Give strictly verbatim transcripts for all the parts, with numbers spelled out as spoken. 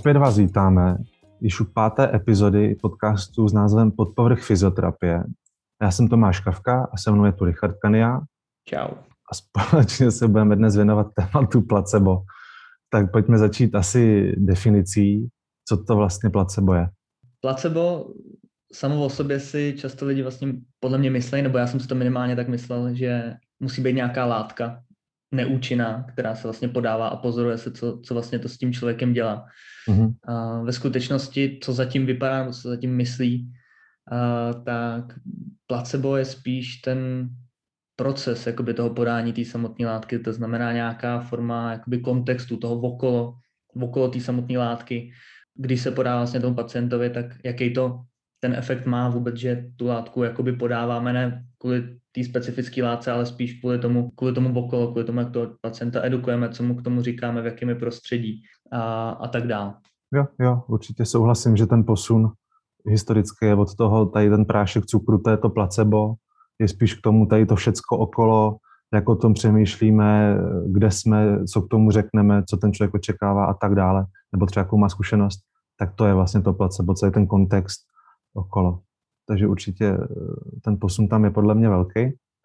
Opět vás vítáme již u páté epizody podcastu s názvem Podpovrch fyzioterapie. Já jsem Tomáš Kavka a se mnou je tu Richard Kania. Čau. A společně se budeme dnes věnovat tématu placebo. Tak pojďme začít asi definicí, co to vlastně placebo je. Placebo samo o sobě si často lidi vlastně podle mě myslí, nebo já jsem si to minimálně tak myslel, že musí být nějaká látka neúčinná, která se vlastně podává a pozoruje se, co, co vlastně to s tím člověkem dělá. Mm-hmm. A ve skutečnosti, co zatím vypadá, nebo co zatím myslí, a, tak placebo je spíš ten proces jakoby toho podání té samotné látky, to znamená nějaká forma jakoby kontextu toho okolo, okolo té samotné látky. Když se podá vlastně tomu pacientovi, tak jaký to ten efekt má vůbec, že tu látku jakoby podáváme ne kvůli té specifické látce, ale spíš kvůli tomu, kvůli tomu okolo, kvůli tomu, jak toho pacienta edukujeme, co mu k tomu říkáme, v jakém je prostředí a, a tak dále. Jo, jo, určitě souhlasím, že ten posun historicky je od toho, tady ten prášek cukru, to je to placebo, je spíš k tomu tady to všecko okolo, jak o tom přemýšlíme, kde jsme, co k tomu řekneme, co ten člověk očekává a tak dále, nebo třeba jakou má zkušenost, tak to je vlastně to placebo, celý ten kontext okolo. Takže určitě ten posun tam je podle mě velký.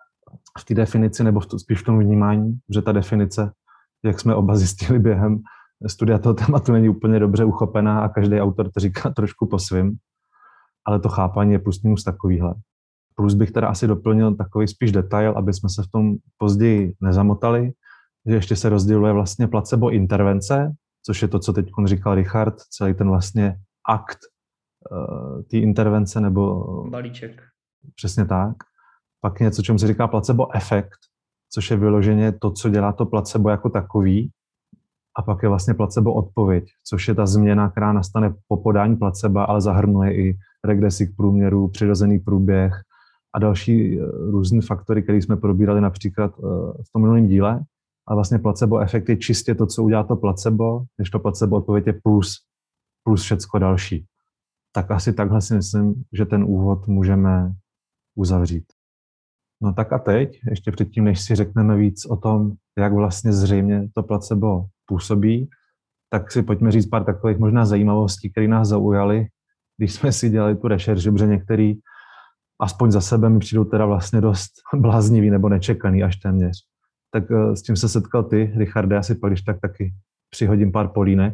V té definici, nebo v to, spíš v tom vnímání, že ta definice, jak jsme oba zjistili během studia toho tématu, není úplně dobře uchopená a každý autor to říká trošku po svým, ale to chápání je plus minus takovýhle. Plus bych teda asi doplnil takový spíš detail, aby jsme se v tom později nezamotali, že ještě se rozděluje vlastně placebo intervence, což je to, co teď říkal Richard, celý ten vlastně akt uh, té intervence nebo... balíček. Přesně tak. Pak něco, čemu se říká placebo efekt, což je vyloženě to, co dělá to placebo jako takový. A pak je vlastně placebo odpověď, což je ta změna, která nastane po podání placeba, ale zahrnuje i regresi k průměru, přirozený průběh a další různé faktory, které jsme probírali například v tom minulém díle. A vlastně placebo efekt je čistě to, co udělá to placebo, než to placebo odpověď je plus, plus všecko další. Tak asi takhle si myslím, že ten úvod můžeme uzavřít. No tak a teď, ještě předtím, než si řekneme víc o tom, jak vlastně zřejmě to placebo působí, tak si pojďme říct pár takových možná zajímavostí, které nás zaujaly, když jsme si dělali tu rešerši, protože některý, aspoň za sebe, mi přijdou teda vlastně dost bláznivý nebo nečekaný až téměř. Tak s tím se setkal ty, Richarde, já si pak když tak taky přihodím pár polínek.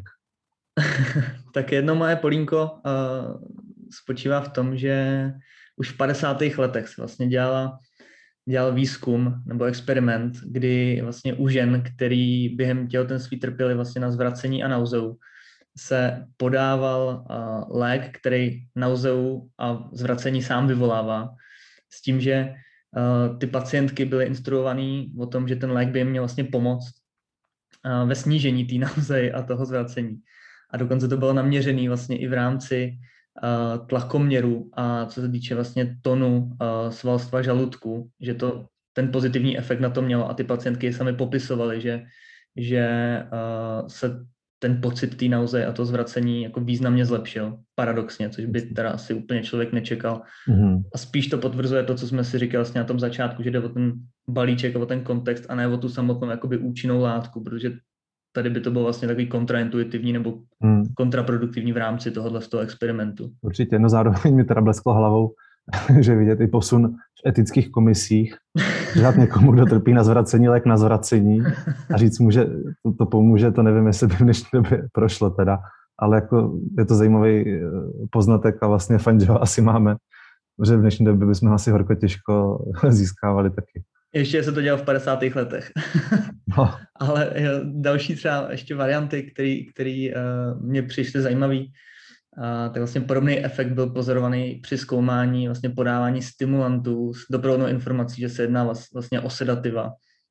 Tak jedno moje polínko uh, spočívá v tom, že už v padesátých letech se vlastně dělala dělal výzkum nebo experiment, kdy vlastně u žen, který během těhotenství trpěli vlastně na zvracení a nauzeu, se podával uh, lék, který nauzeu a zvracení sám vyvolává, s tím, že uh, ty pacientky byly instruovaný o tom, že ten lék by jim měl vlastně pomoct uh, ve snížení té nauzei a toho zvracení. A dokonce to bylo naměřené vlastně i v rámci Uh, tlakoměru a co se týče vlastně tonu uh, svalstva žaludku, že to ten pozitivní efekt na to mělo a ty pacientky sami popisovaly, že, že uh, se ten pocit té nauze a to zvracení jako významně zlepšil, paradoxně, což by teda asi úplně člověk nečekal. Mm-hmm. A spíš to potvrzuje to, co jsme si říkali vlastně na tom začátku, že jde o ten balíček, o ten kontext a ne o tu samotnou jakoby účinnou látku, protože tady by to bylo vlastně takový kontraintuitivní nebo hmm. kontraproduktivní v rámci tohohle z toho experimentu. Určitě, no zároveň mi teda blesklo hlavou, že vidět i posun v etických komisích, dát někomu, kdo trpí na zvracení, lék na zvracení a říct mu, že to, to pomůže, to nevím, jestli by v dnešní době prošlo teda, ale jako je to zajímavý poznatek a vlastně fajn, že ho asi máme, že v dnešní době bychom asi horko těžko získávali taky. Ještě se to dělalo v padesátých letech. No. Ale další třeba ještě varianty, které uh, mě přišly zajímavý, uh, tak vlastně podobný efekt byl pozorovaný při zkoumání vlastně podávání stimulantů s doprovodnou informací, že se jedná vlastně o sedativa.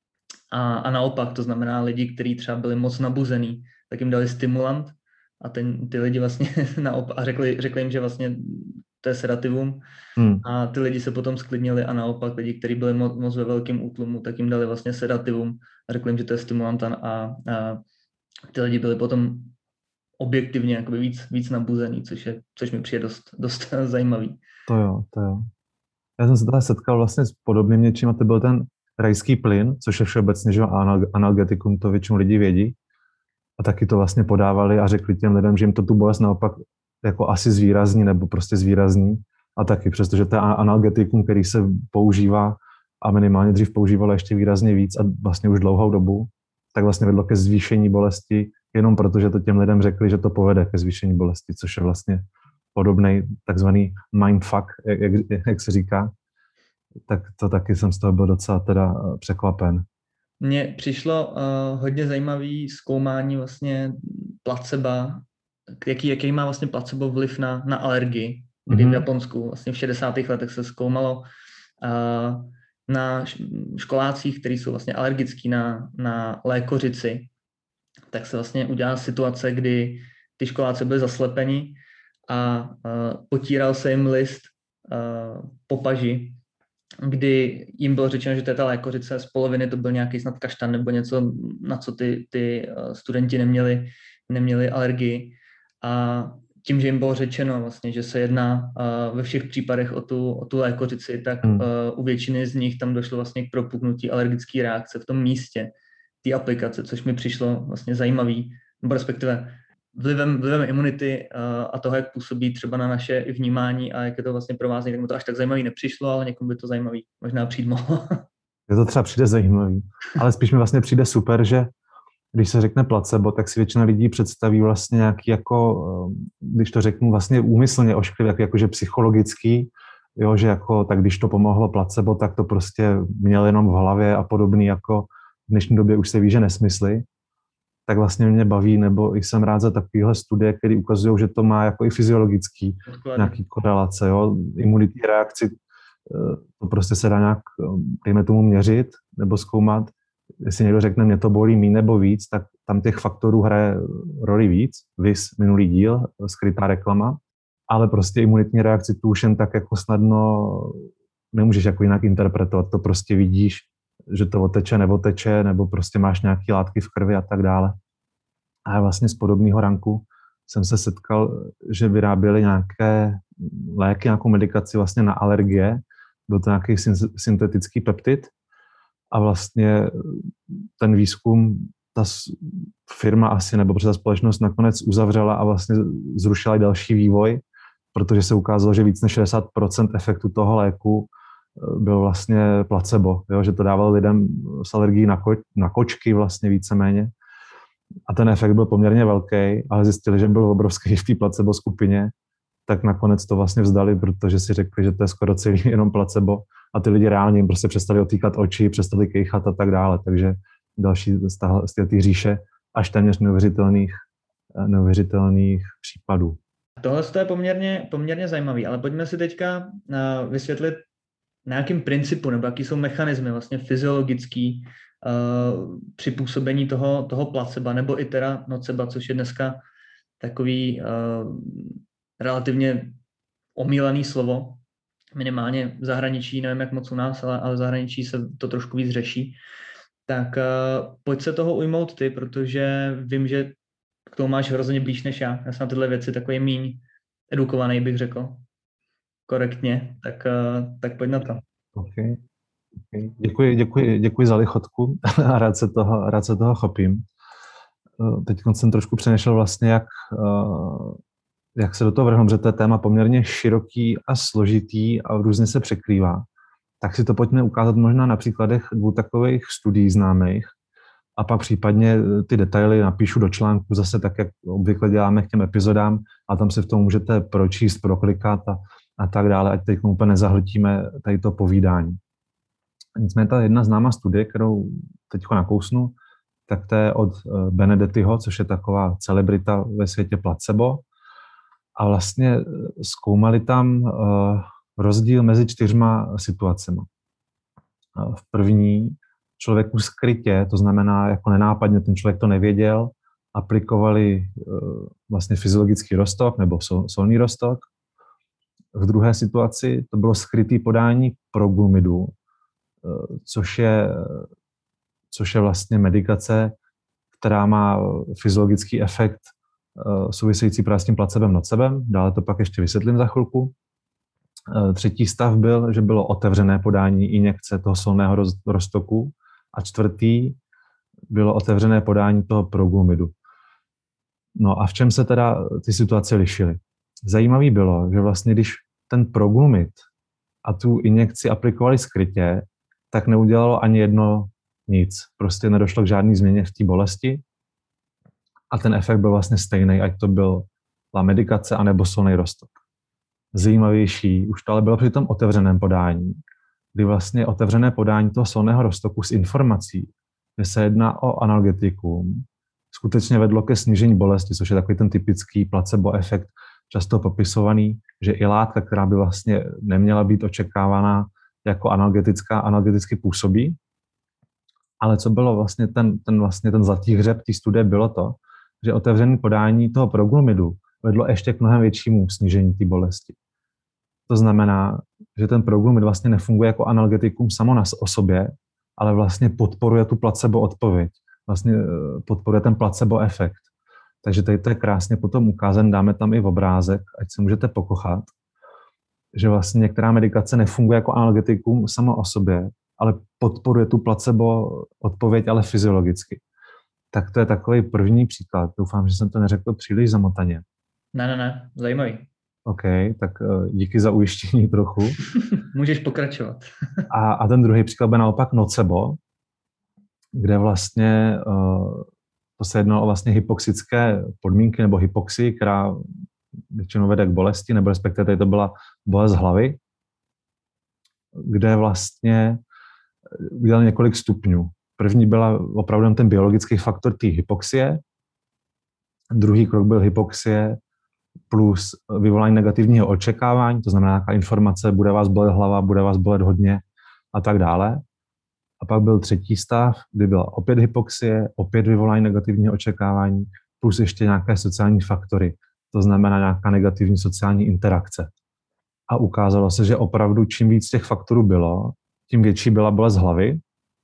A, a naopak, to znamená lidi, kteří třeba byli moc nabuzený, tak jim dali stimulant a ten, ty lidi vlastně naopak, a řekli, řekli jim, že vlastně to je sedativum. Hmm. A ty lidi se potom sklidnili a naopak lidi, kteří byli moc, moc ve velkém útlumu, tak jim dali vlastně sedativum a řekli jim, že to je stimulant a, a ty lidi byli potom objektivně jakoby víc, víc nabuzený, což, je, což mi přijde dost, dost zajímavý. To jo, to jo. Já jsem se tady setkal vlastně s podobným něčím a to byl ten rajský plyn, což je všeobecně že analgetikum, to většinou lidi vědí. a taky to vlastně podávali a řekli těm lidem, že jim to tu bolest naopak jako asi zvýrazní nebo prostě zvýrazní. A taky, přestože to je analgetikum, který se používá a minimálně dřív používalo ještě výrazně víc a vlastně už dlouhou dobu, tak vlastně vedlo ke zvýšení bolesti, jenom protože to těm lidem řekli, že to povede ke zvýšení bolesti, což je vlastně podobný takzvaný mindfuck, jak, jak, jak se říká. Tak to taky jsem z toho byl docela teda překvapen. Mně přišlo uh, hodně zajímavý zkoumání vlastně placeba, jaký, jaký má vlastně placebo vliv na, na alergii, kdy mm-hmm. v Japonsku vlastně v šedesátých letech se zkoumalo uh, na školácích, kteří jsou vlastně alergický na, na lékořici, tak se vlastně udělala situace, kdy ty školáci byli zaslepeni a uh, potíral se jim list uh, po paži, kdy jim bylo řečeno, že to je ta lékořice, z poloviny to byl nějaký snad kaštan nebo něco, na co ty, ty studenti neměli, neměli alergii. A tím, že jim bylo řečeno vlastně, že se jedná uh, ve všech případech o tu, o tu lékořici, tak hmm. uh, u většiny z nich tam došlo vlastně k propuknutí alergické reakce v tom místě té aplikace, což mi přišlo vlastně zajímavý, nebo respektive vlivem, vlivem imunity uh, a toho, jak působí třeba na naše vnímání a jak je to vlastně provázení, tak mu to až tak zajímavý nepřišlo, ale někomu by to zajímavý možná přijít mohlo. Je to třeba přijde zajímavý, ale spíš mi vlastně přijde super, že když se řekne placebo, tak si většina lidí představí vlastně nějaký jako, když to řeknu vlastně úmyslně ošklivý, jako, jakože psychologický, jo, že jako, tak když to pomohlo placebo, tak to prostě měl jenom v hlavě a podobný, jako v dnešní době už se ví, že nesmysly. Tak vlastně mě baví, nebo jsem rád za takovéhle studie, které ukazují, že to má jako i fyziologický nějaký korelace, jo, imunitní reakci, to prostě se dá nějak, dejme tomu, měřit nebo zkoumat. Jestli někdo řekne, mě to bolí míň nebo víc, tak tam těch faktorů hraje roli víc, viz minulý díl, skrytá reklama, ale prostě imunitní reakci tu už jen tak jako snadno nemůžeš jako jinak interpretovat, to prostě vidíš, že to oteče, neoteče, nebo prostě máš nějaké látky v krvi a tak dále. A vlastně z podobného ranku jsem se setkal, že vyráběli nějaké léky, nějakou medikaci vlastně na alergie. Byl to nějaký syntetický peptid a vlastně ten výzkum, ta firma asi, nebo ta společnost nakonec uzavřela a vlastně zrušila i další vývoj, protože se ukázalo, že víc než šedesát procent efektu toho léku byl vlastně placebo, jo, že to dávalo lidem s alergií na, ko- na kočky vlastně víceméně. A ten efekt byl poměrně velký, ale zjistili, že byl obrovský v té placebo skupině, tak nakonec to vlastně vzdali, protože si řekli, že to je skoro celý jenom placebo a ty lidi reálně jim prostě přestali otýkat oči, přestali kejchat a tak dále, takže další z té říše až téměř neuvěřitelných, neuvěřitelných případů. Tohle je poměrně, poměrně zajímavý, ale pojďme si teďka vysvětlit, na jakém principu nebo jaký jsou mechanismy vlastně fyziologický uh, při působení toho, toho placeba nebo i teda noceba, což je dneska takový uh, relativně omílaný slovo, minimálně v zahraničí, nevím jak moc u nás, ale, ale v zahraničí se to trošku víc řeší. Tak uh, pojď se toho ujmout ty, protože vím, že k tomu máš hrozně blíž než já. Já jsem na tyhle věci takový míň edukovaný, bych řekl. Korektně, tak, uh, tak pojď na to. Okay. Okay. Děkuji, děkuji, děkuji za lichotku a rád se toho, rád se toho chopím. Teď jsem trošku přenešel vlastně, jak, uh, jak se do toho vrhnout, že to je téma poměrně široký a složitý a různě se překrývá. Tak si to pojďme ukázat možná na příkladech dvou takových studií známých a pak případně ty detaily napíšu do článku zase tak, jak obvykle děláme k těm epizodám a tam se v tom můžete pročíst, proklikat a, a tak dále, ať teď úplně nezahltíme tady to povídání. Nicméně ta jedna známá studie, kterou teď nakousnu, tak to je od Benedettiho, což je taková celebrita ve světě placebo. A vlastně zkoumali tam rozdíl mezi čtyřma situacemi. V první člověku skrytě, to znamená jako nenápadně, ten člověk to nevěděl, aplikovali vlastně fyziologický roztok nebo sol, solný roztok. V druhé situaci to bylo skrytý podání proglumidu, což je, což je vlastně medikace, která má fyziologický efekt související právě s tím placebem nocebem. Dále to pak ještě vysvětlím za chvilku. Třetí stav byl, že bylo otevřené podání injekce toho solného roztoku a čtvrtý bylo otevřené podání toho proglumidu. No a v čem se teda ty situace lišily? Zajímavý bylo, že vlastně když ten Proglumid a tu injekci aplikovali skrytě, tak neudělalo ani jedno nic. Prostě nedošlo k žádný změně v té bolesti a ten efekt byl vlastně stejný, ať to byla medikace anebo solný roztok. Zajímavější, už to ale bylo při tom otevřeném podání, kdy vlastně otevřené podání toho solného roztoku s informací, že se jedná o analgetikum, skutečně vedlo ke snížení bolesti, což je takový ten typický placebo efekt, často popisovaný, že i látka, která by vlastně neměla být očekávaná jako analgetická, analgeticky působí. Ale co bylo vlastně ten, ten, vlastně ten zlatý hřeb té studie, bylo to, že otevřené podání toho Proglumidu vedlo ještě k mnohem většímu snížení té bolesti. To znamená, že ten Proglumid vlastně nefunguje jako analgetikum samo na o sobě, ale vlastně podporuje tu placebo odpověď. Vlastně podporuje ten placebo efekt. Takže tady to je krásně potom ukázán, dáme tam i obrázek, ať se můžete pokochat, že vlastně některá medikace nefunguje jako analgetikum samo o sobě, ale podporuje tu placebo odpověď, ale fyziologicky. Tak to je takový první příklad. Doufám, že jsem to neřekl příliš zamotaně. Ne, ne, ne, zajímavý. OK, tak díky za ujištění trochu. Můžeš pokračovat. a, a ten druhý příklad byl naopak nocebo, kde vlastně uh, to se jednalo o vlastně hypoxické podmínky nebo hypoxii, která většinou vede k bolesti, nebo respektive tady to byla bolest hlavy, kde vlastně udělali několik stupňů. První byla opravdu ten biologický faktor té hypoxie, druhý krok byl hypoxie plus vyvolání negativního očekávání, to znamená nějaká informace, bude vás bolet hlava, bude vás bolet hodně a tak dále. A pak byl třetí stav, kdy byla opět hypoxie, opět vyvolání negativního očekávání, plus ještě nějaké sociální faktory, to znamená nějaká negativní sociální interakce. A ukázalo se, že opravdu čím víc těch faktorů bylo, tím větší byla bolest hlavy,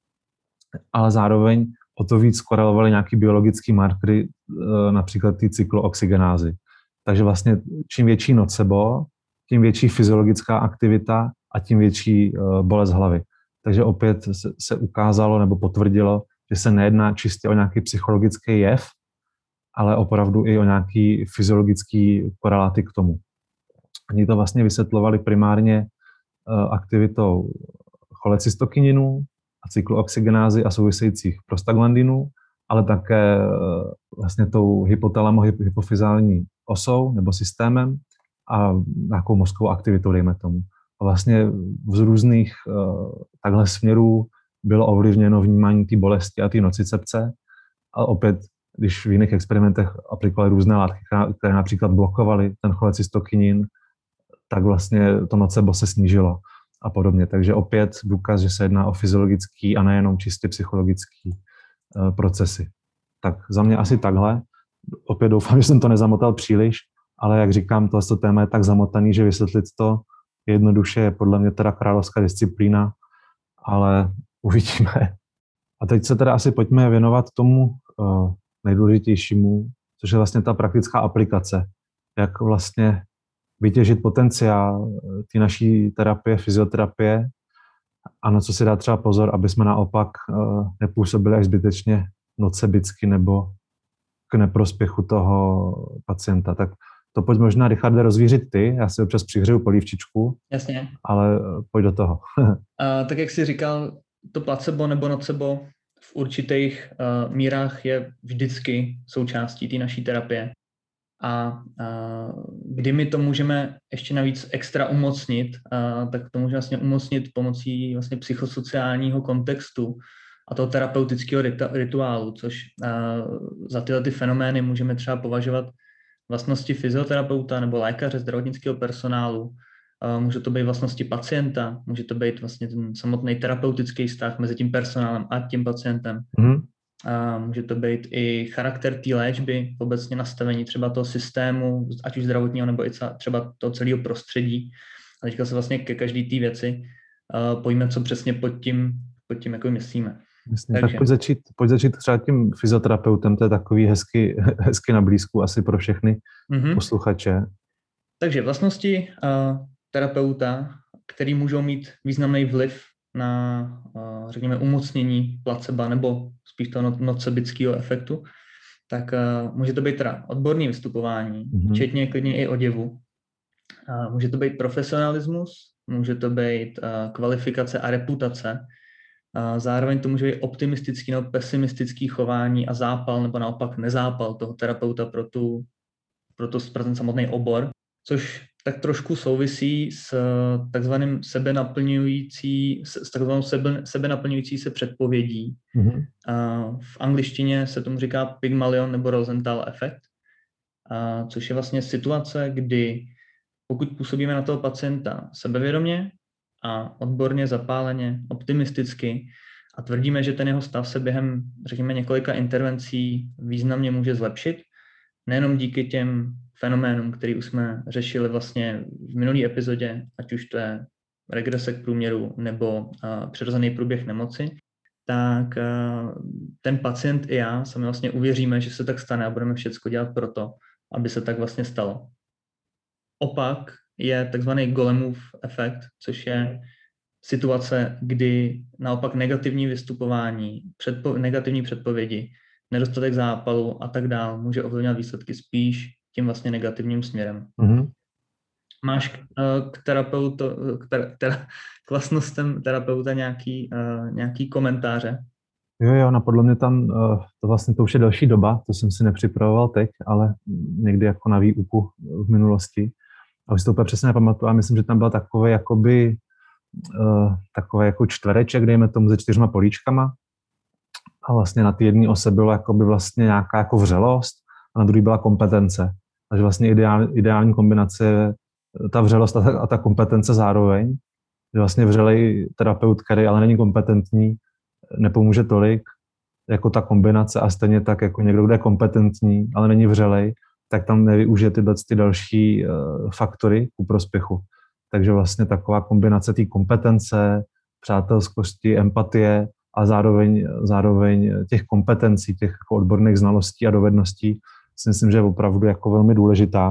ale zároveň o to víc korelovaly nějaké biologické markery, například ty cyklooxygenázy. Takže vlastně čím větší nocebo, tím větší fyziologická aktivita a tím větší bolest hlavy. Takže opět se ukázalo nebo potvrdilo, že se nejedná čistě o nějaký psychologický jev, ale opravdu i o nějaký fyziologický koreláty k tomu. Oni to vlastně vysvětlovali primárně aktivitou cholecystokininu a cyklooxygenázy a souvisejících prostaglandinů, ale také vlastně tou hypotalamo-hypofyzální osou nebo systémem a nějakou mozkovou aktivitou, dejme tomu. A vlastně z různých takhle směrů bylo ovlivněno vnímání té bolesti a té nocicepce. A opět, když v jiných experimentech aplikovali různé látky, které například blokovaly ten cholecystokinin, tak vlastně to nocebo se snížilo a podobně. Takže opět důkaz, že se jedná o fyziologický a nejenom čistě psychologický uh, procesy. Tak za mě asi takhle. Opět doufám, že jsem to nezamotal příliš, ale jak říkám, tohle téma je tak zamotaný, že vysvětlit to jednoduše je podle mě teda královská disciplína, ale uvidíme. A teď se teda asi pojďme věnovat tomu uh, nejdůležitějšímu, což je vlastně ta praktická aplikace. Jak vlastně vytěžit potenciál té naší terapie, fyzioterapie a na co si dá třeba pozor, aby jsme naopak uh, nepůsobili až zbytečně nocebicky nebo k neprospěchu toho pacienta. Tak to pojď možná, Richarde, rozvířit ty. Já si občas přihřeju polívčičku. Jasně. Ale pojď do toho. A, tak jak jsi říkal, to placebo nebo nocebo v určitých uh, mírách je vždycky součástí té naší terapie. A uh, kdy my to můžeme ještě navíc extra umocnit, uh, tak to můžeme vlastně umocnit pomocí vlastně psychosociálního kontextu a toho terapeutického rituálu, což uh, za tyhle ty fenomény můžeme třeba považovat vlastnosti fyzioterapeuta nebo lékaře, zdravotnického personálu. Uh, může to být vlastnosti pacienta, může to být vlastně ten samotný terapeutický vztah mezi tím personálem a tím pacientem. Mm-hmm. Uh, může to být i charakter té léčby, obecně nastavení třeba toho systému, ať už zdravotního, nebo i třeba toho celého prostředí. A teďka se vlastně ke každé té věci uh, pojíme, co přesně pod tím, pod tím jako myslíme. Jasně, tak pojď začít, pojď začít třeba tím fyzioterapeutem, to je takový hezky, hezky na blízku asi pro všechny mm-hmm. posluchače. Takže vlastnosti uh, terapeuta, který můžou mít významný vliv na, uh, řekněme, umocnění placebo nebo spíš toho nocebického efektu, tak uh, může to být teda odborný vystupování, mm-hmm. včetně klidně i oděvu. Uh, může to být profesionalismus, může to být uh, kvalifikace a reputace. Uh, zároveň to může být optimistický nebo pesimistický chování a zápal nebo naopak nezápal toho terapeuta pro, tu, pro, to, pro ten samotný obor, což tak trošku souvisí s takzvaným sebenaplňující, s takzvanou sebe, sebenaplňující se předpovědí. Mm-hmm. Uh, v angličtině se tomu říká Pygmalion nebo Rosenthal efekt, uh, což je vlastně situace, kdy pokud působíme na toho pacienta sebevědomě a odborně, zapáleně, optimisticky a tvrdíme, že ten jeho stav se během, řekněme, několika intervencí významně může zlepšit, nejenom díky těm fenoménům, který už jsme řešili vlastně v minulý epizodě, ať už to je regrese k průměru nebo uh, přirozený průběh nemoci, tak uh, ten pacient i já sami vlastně uvěříme, že se tak stane a budeme všechno dělat pro to, aby se tak vlastně stalo. Opak je takzvaný Golemův efekt, což je situace, kdy naopak negativní vystupování, předpo- negativní předpovědi, nedostatek zápalu a tak dále může ovlivňovat výsledky spíš tím vlastně negativním směrem. Mm-hmm. Máš uh, k terapeuto, k, ter, ter, k vlastnostem terapeuta nějaký, uh, nějaký komentáře? Jo, jo, napadlo mě tam, uh, to vlastně to už je další doba, to jsem si nepřipravoval teď, ale někdy jako na výuku v minulosti. A už si to úplně přesně nepamatuju, a myslím, že tam byla takový jakoby uh, takový jako čtvereček, dejme tomu, se čtyřma políčkama. A vlastně na té jedné ose bylo jakoby vlastně nějaká jako vřelost a na druhé byla kompetence. Takže vlastně ideál, ideální kombinace je ta vřelost a ta, a ta kompetence zároveň. Že vlastně vřelej terapeut, který ale není kompetentní, nepomůže tolik jako ta kombinace a stejně tak jako někdo, kdo je kompetentní, ale není vřelej, tak tam nevyužije tyhle ty další uh, faktory ku prospěchu. Takže vlastně taková kombinace té kompetence, přátelskosti, empatie a zároveň, zároveň těch kompetencí, těch jako odborných znalostí a dovedností si myslím, že je opravdu jako velmi důležitá.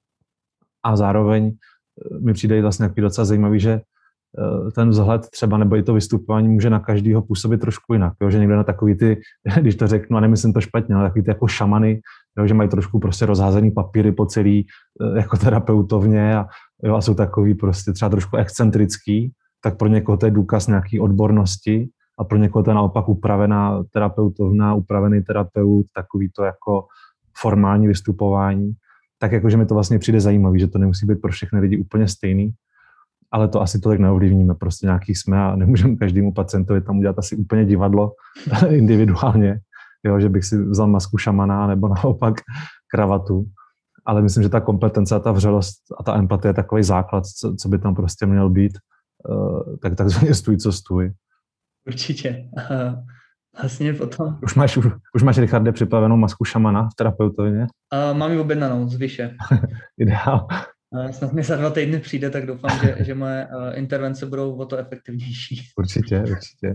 A zároveň mi přijde vlastně jako docela zajímavý, že ten vzhled třeba nebo i to vystupování může na každýho působit trošku jinak. Jo? Že někdo na takový ty, když to řeknu, a nemyslím to špatně, ale takový ty jako šamany, jo? Že mají trošku prostě rozházený papíry po celý jako terapeutovně a, jo? A jsou takový prostě třeba trošku excentrický, tak pro někoho to je důkaz nějaký odbornosti a pro někoho to je naopak upravená terapeutovna, upravený terapeut, takový to jako formální vystupování. Tak jakože mi to vlastně přijde zajímavý, že to nemusí být pro všechny lidi úplně stejný, ale to asi tolik neovlivníme, prostě nějaký jsme a nemůžeme každému pacientovi tam udělat asi úplně divadlo individuálně, jo, že bych si vzal masku šamana nebo naopak kravatu, ale myslím, že ta kompetence a ta vřelost a ta empatie je takový základ, co, co by tam prostě měl být, uh, tak takzvaně stůj, co stůj. Určitě. Uh, vlastně potom... Už máš, už, už máš, Richarde, připravenou masku šamana v terapeutovně? Uh, mám ji objednanou z Vyše. Ideál. Uh, snad mi za dva týdny přijde, tak doufám, že, že moje uh, intervence budou o to efektivnější. Určitě, určitě.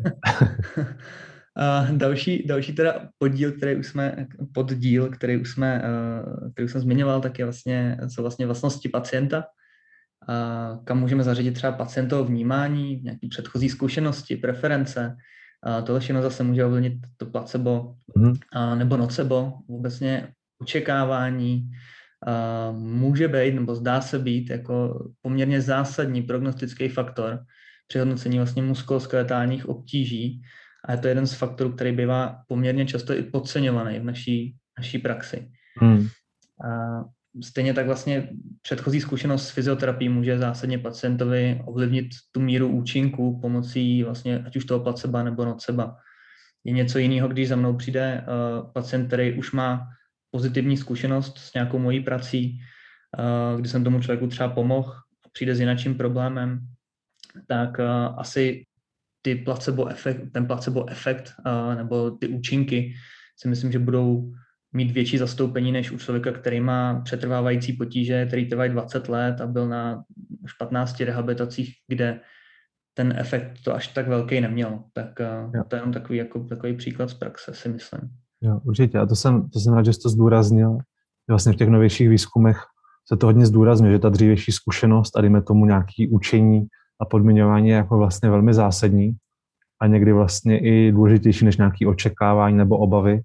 uh, další, další teda podíl, který už jsme, poddíl, který už jsme, uh, který už jsem zmiňoval, tak je vlastně, jsou vlastně vlastnosti pacienta, uh, kam můžeme zařadit třeba pacientovo vnímání, nějaké předchozí zkušenosti, preference. Uh, tohle všechno zase může ovlivnit to placebo mm. uh, nebo nocebo, obecně očekávání. Uh, může být, nebo zdá se být, jako poměrně zásadní prognostický faktor při hodnocení vlastně muskuloskeletálních obtíží a je to jeden z faktorů, který bývá poměrně často i podceňovaný v naší, naší praxi. Hmm. Uh, stejně tak vlastně předchozí zkušenost s fyzioterapií může zásadně pacientovi ovlivnit tu míru účinku pomocí vlastně ať už toho placeba nebo noceba. Je něco jiného, když za mnou přijde uh, pacient, který už má pozitivní zkušenost s nějakou mojí prací, kdy jsem tomu člověku třeba pomohl a přijde s jináčím problémem, tak asi ty placebo efekt, ten placebo efekt nebo ty účinky si myslím, že budou mít větší zastoupení než u člověka, který má přetrvávající potíže, který trvají dvacet let a byl na už patnácti rehabilitacích, kde ten efekt to až tak velký neměl. Tak jo. To je jenom takový, jako, takový příklad z praxe, si myslím. Jo, určitě. A to jsem, to jsem rád, že jsi to zdůraznil. Vlastně v těch novějších výzkumech se to hodně zdůrazňuje, že ta dřívější zkušenost a dejme tomu nějaké učení a podmiňování je jako vlastně velmi zásadní a někdy vlastně i důležitější než nějaké očekávání nebo obavy.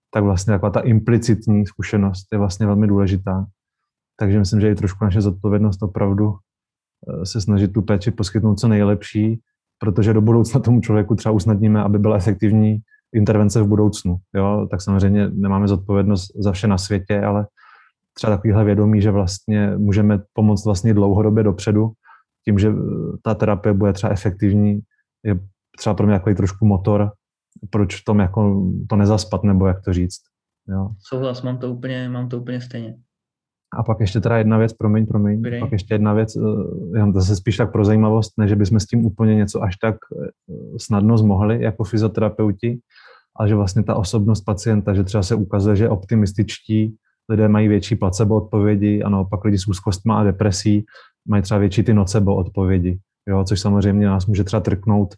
tak vlastně taková ta implicitní zkušenost je vlastně velmi důležitá. Takže myslím, že je trošku naše zodpovědnost opravdu se snažit tu péči poskytnout co nejlepší, protože do budoucna tomu člověku třeba usnadníme, aby byla efektivní intervence v budoucnu. Jo? Tak samozřejmě nemáme zodpovědnost za vše na světě, ale třeba takovýhle vědomí, že vlastně můžeme pomoct vlastně dlouhodobě dopředu, tím, že ta terapie bude třeba efektivní, je třeba pro mě takový trošku motor, proč v tom jako to nezaspat, nebo jak to říct. Jo? Souhlas, mám to úplně, mám to úplně stejně. A pak ještě teda jedna věc, promiň, promiň, Kdy? pak ještě jedna věc, jenom zase spíš tak pro zajímavost, ne, že bychom s tím úplně něco až tak snadno zmohli jako fyzioterapeuti, ale že vlastně ta osobnost pacienta, že třeba se ukazuje, že optimističtí lidé mají větší placebo odpovědi a naopak lidi s úzkostma a depresí mají třeba větší ty nocebo odpovědi, jo, což samozřejmě nás může třeba trknout,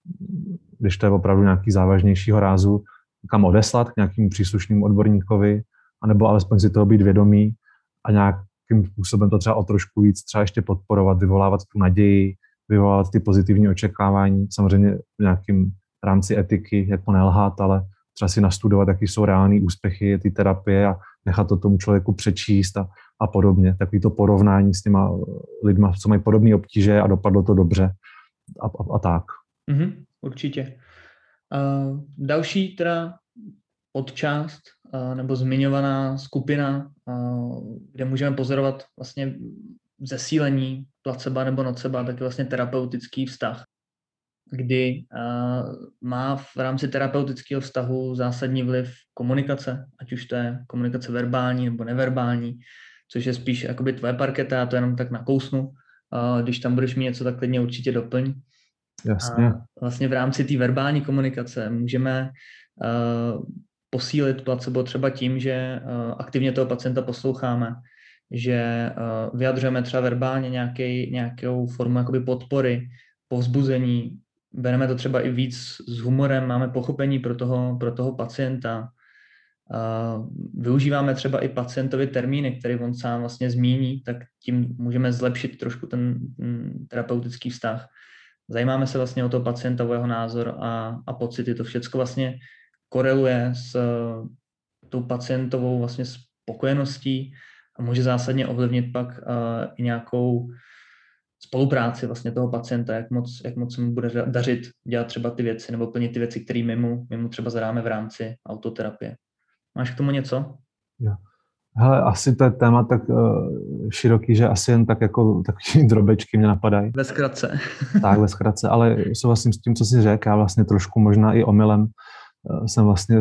když to je opravdu nějaký závažnějšího rázu, kam odeslat k nějakému příslušnému odborníkovi, anebo alespoň si toho být vědomý a nějakým způsobem to třeba o trošku víc třeba ještě podporovat, vyvolávat tu naději, vyvolávat ty pozitivní očekávání, samozřejmě v nějakém rámci etiky, jako nelhat, ale třeba si nastudovat, jaký jsou reální úspěchy té terapie a nechat to tomu člověku přečíst a, a podobně. Takový to porovnání s těma lidma, co mají podobné obtíže a dopadlo to dobře a, a, a tak. Mm-hmm, určitě. Uh, další teda podčást uh, nebo zmiňovaná skupina, uh, kde můžeme pozorovat vlastně zesílení placebo nebo nocebo, tak je vlastně terapeutický vztah, kdy uh, má v rámci terapeutického vztahu zásadní vliv komunikace, ať už to je komunikace verbální nebo neverbální, což je spíš jakoby tvoje parketa, já to jenom tak nakousnu. Uh, když tam budeš mít něco, tak klidně určitě doplň. Jasně. A vlastně v rámci té verbální komunikace můžeme uh, posílit placebo třeba tím, že uh, aktivně toho pacienta posloucháme, že uh, vyjadřujeme třeba verbálně nějaký, nějakou formu jakoby podpory, povzbuzení, bereme to třeba i víc s humorem, máme pochopení pro toho, pro toho pacienta. Uh, využíváme třeba i pacientovi termíny, které on sám vlastně zmíní, tak tím můžeme zlepšit trošku ten, ten terapeutický vztah. Zajímáme se vlastně o toho pacienta, o jeho názor a, a pocity. To všechno vlastně koreluje s uh, tou pacientovou vlastně spokojeností a může zásadně ovlivnit pak uh, i nějakou spolupráci vlastně toho pacienta, jak moc, jak moc se mu bude dařit dělat třeba ty věci nebo plnit ty věci, které my mu, my mu třeba zadáme v rámci autoterapie. Máš k tomu něco? Jo. Hele, asi to je téma tak uh, široký, že asi jen tak jako takový drobečky mě napadají. Ve zkratce. Tak, ve zkratce, ale souhlasím s tím, co jsi řekl, já vlastně trošku možná i omylem uh, jsem vlastně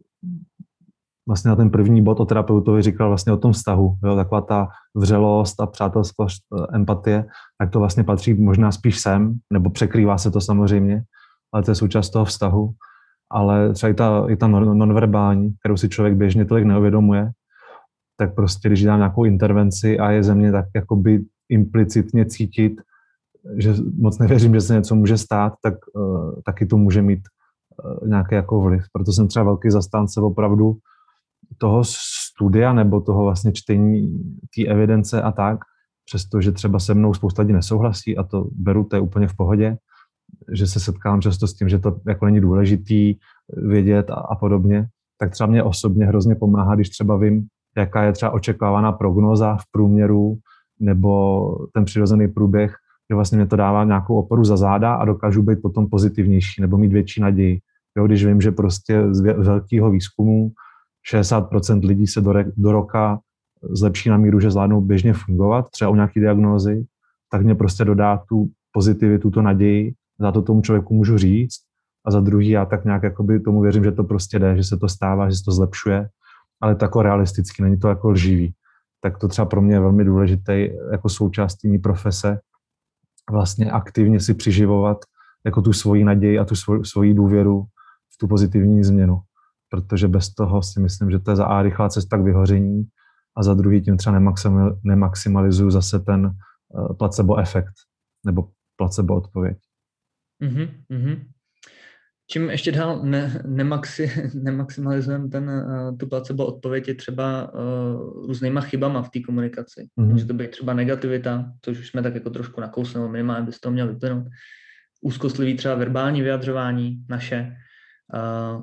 vlastně na ten první bod o terapeutovi říkal vlastně o tom vztahu, jo, taková ta vřelost a přátelskost, empatie, tak to vlastně patří možná spíš sem, nebo překrývá se to samozřejmě, ale to je součást toho vztahu. Ale třeba i ta, i ta nonverbální, kterou si člověk běžně tolik neuvědomuje, tak prostě, když dám nějakou intervenci a je ze mě tak jakoby implicitně cítit, že moc nevěřím, že se něco může stát, tak uh, taky to může mít uh, nějaký jako vliv. Proto jsem třeba velký zastánce opravdu toho studia nebo toho vlastně čtení té evidence a tak, přestože třeba se mnou spousta lidí nesouhlasí a to beru, to je úplně v pohodě, že se setkám často s tím, že to jako není důležitý vědět a, a podobně, tak třeba mě osobně hrozně pomáhá, když třeba vím, jaká je třeba očekávaná prognóza v průměru nebo ten přirozený průběh, že vlastně mě to dává nějakou oporu za záda a dokážu být potom pozitivnější nebo mít větší naději. Jo, když vím, že prostě z velkého výzkumu šedesát procent lidí se do, re, do roka zlepší na míru, že zvládnou běžně fungovat, třeba u nějaké diagnózy, tak mě prostě dodá tu pozitivitu, tu naději, za to tomu člověku můžu říct a za druhý já tak nějak jakoby tomu věřím, že to prostě jde, že se to stává, že se to zlepšuje, ale to jako realisticky, není to jako lživý. Tak to třeba pro mě je velmi důležité jako součástí mý profese vlastně aktivně si přiživovat jako tu svoji naději a tu svoji důvěru v tu pozitivní změnu. Protože bez toho si myslím, že to je za A rychlá cesta k vyhoření a za druhý tím třeba nemaximalizuju zase ten placebo efekt nebo placebo odpověď. Mm-hmm, mm-hmm. Čím ještě dál ne, nemaxi, nemaximalizujeme ten, uh, tu placebo odpověď je třeba uh, různýma chybama v té komunikaci. Mm-hmm. Může to být třeba negativita, což už jsme tak jako trošku nakousli, nebo minimálně by z toho měl vyplynout. Úzkostlivý třeba verbální vyjadřování naše, uh,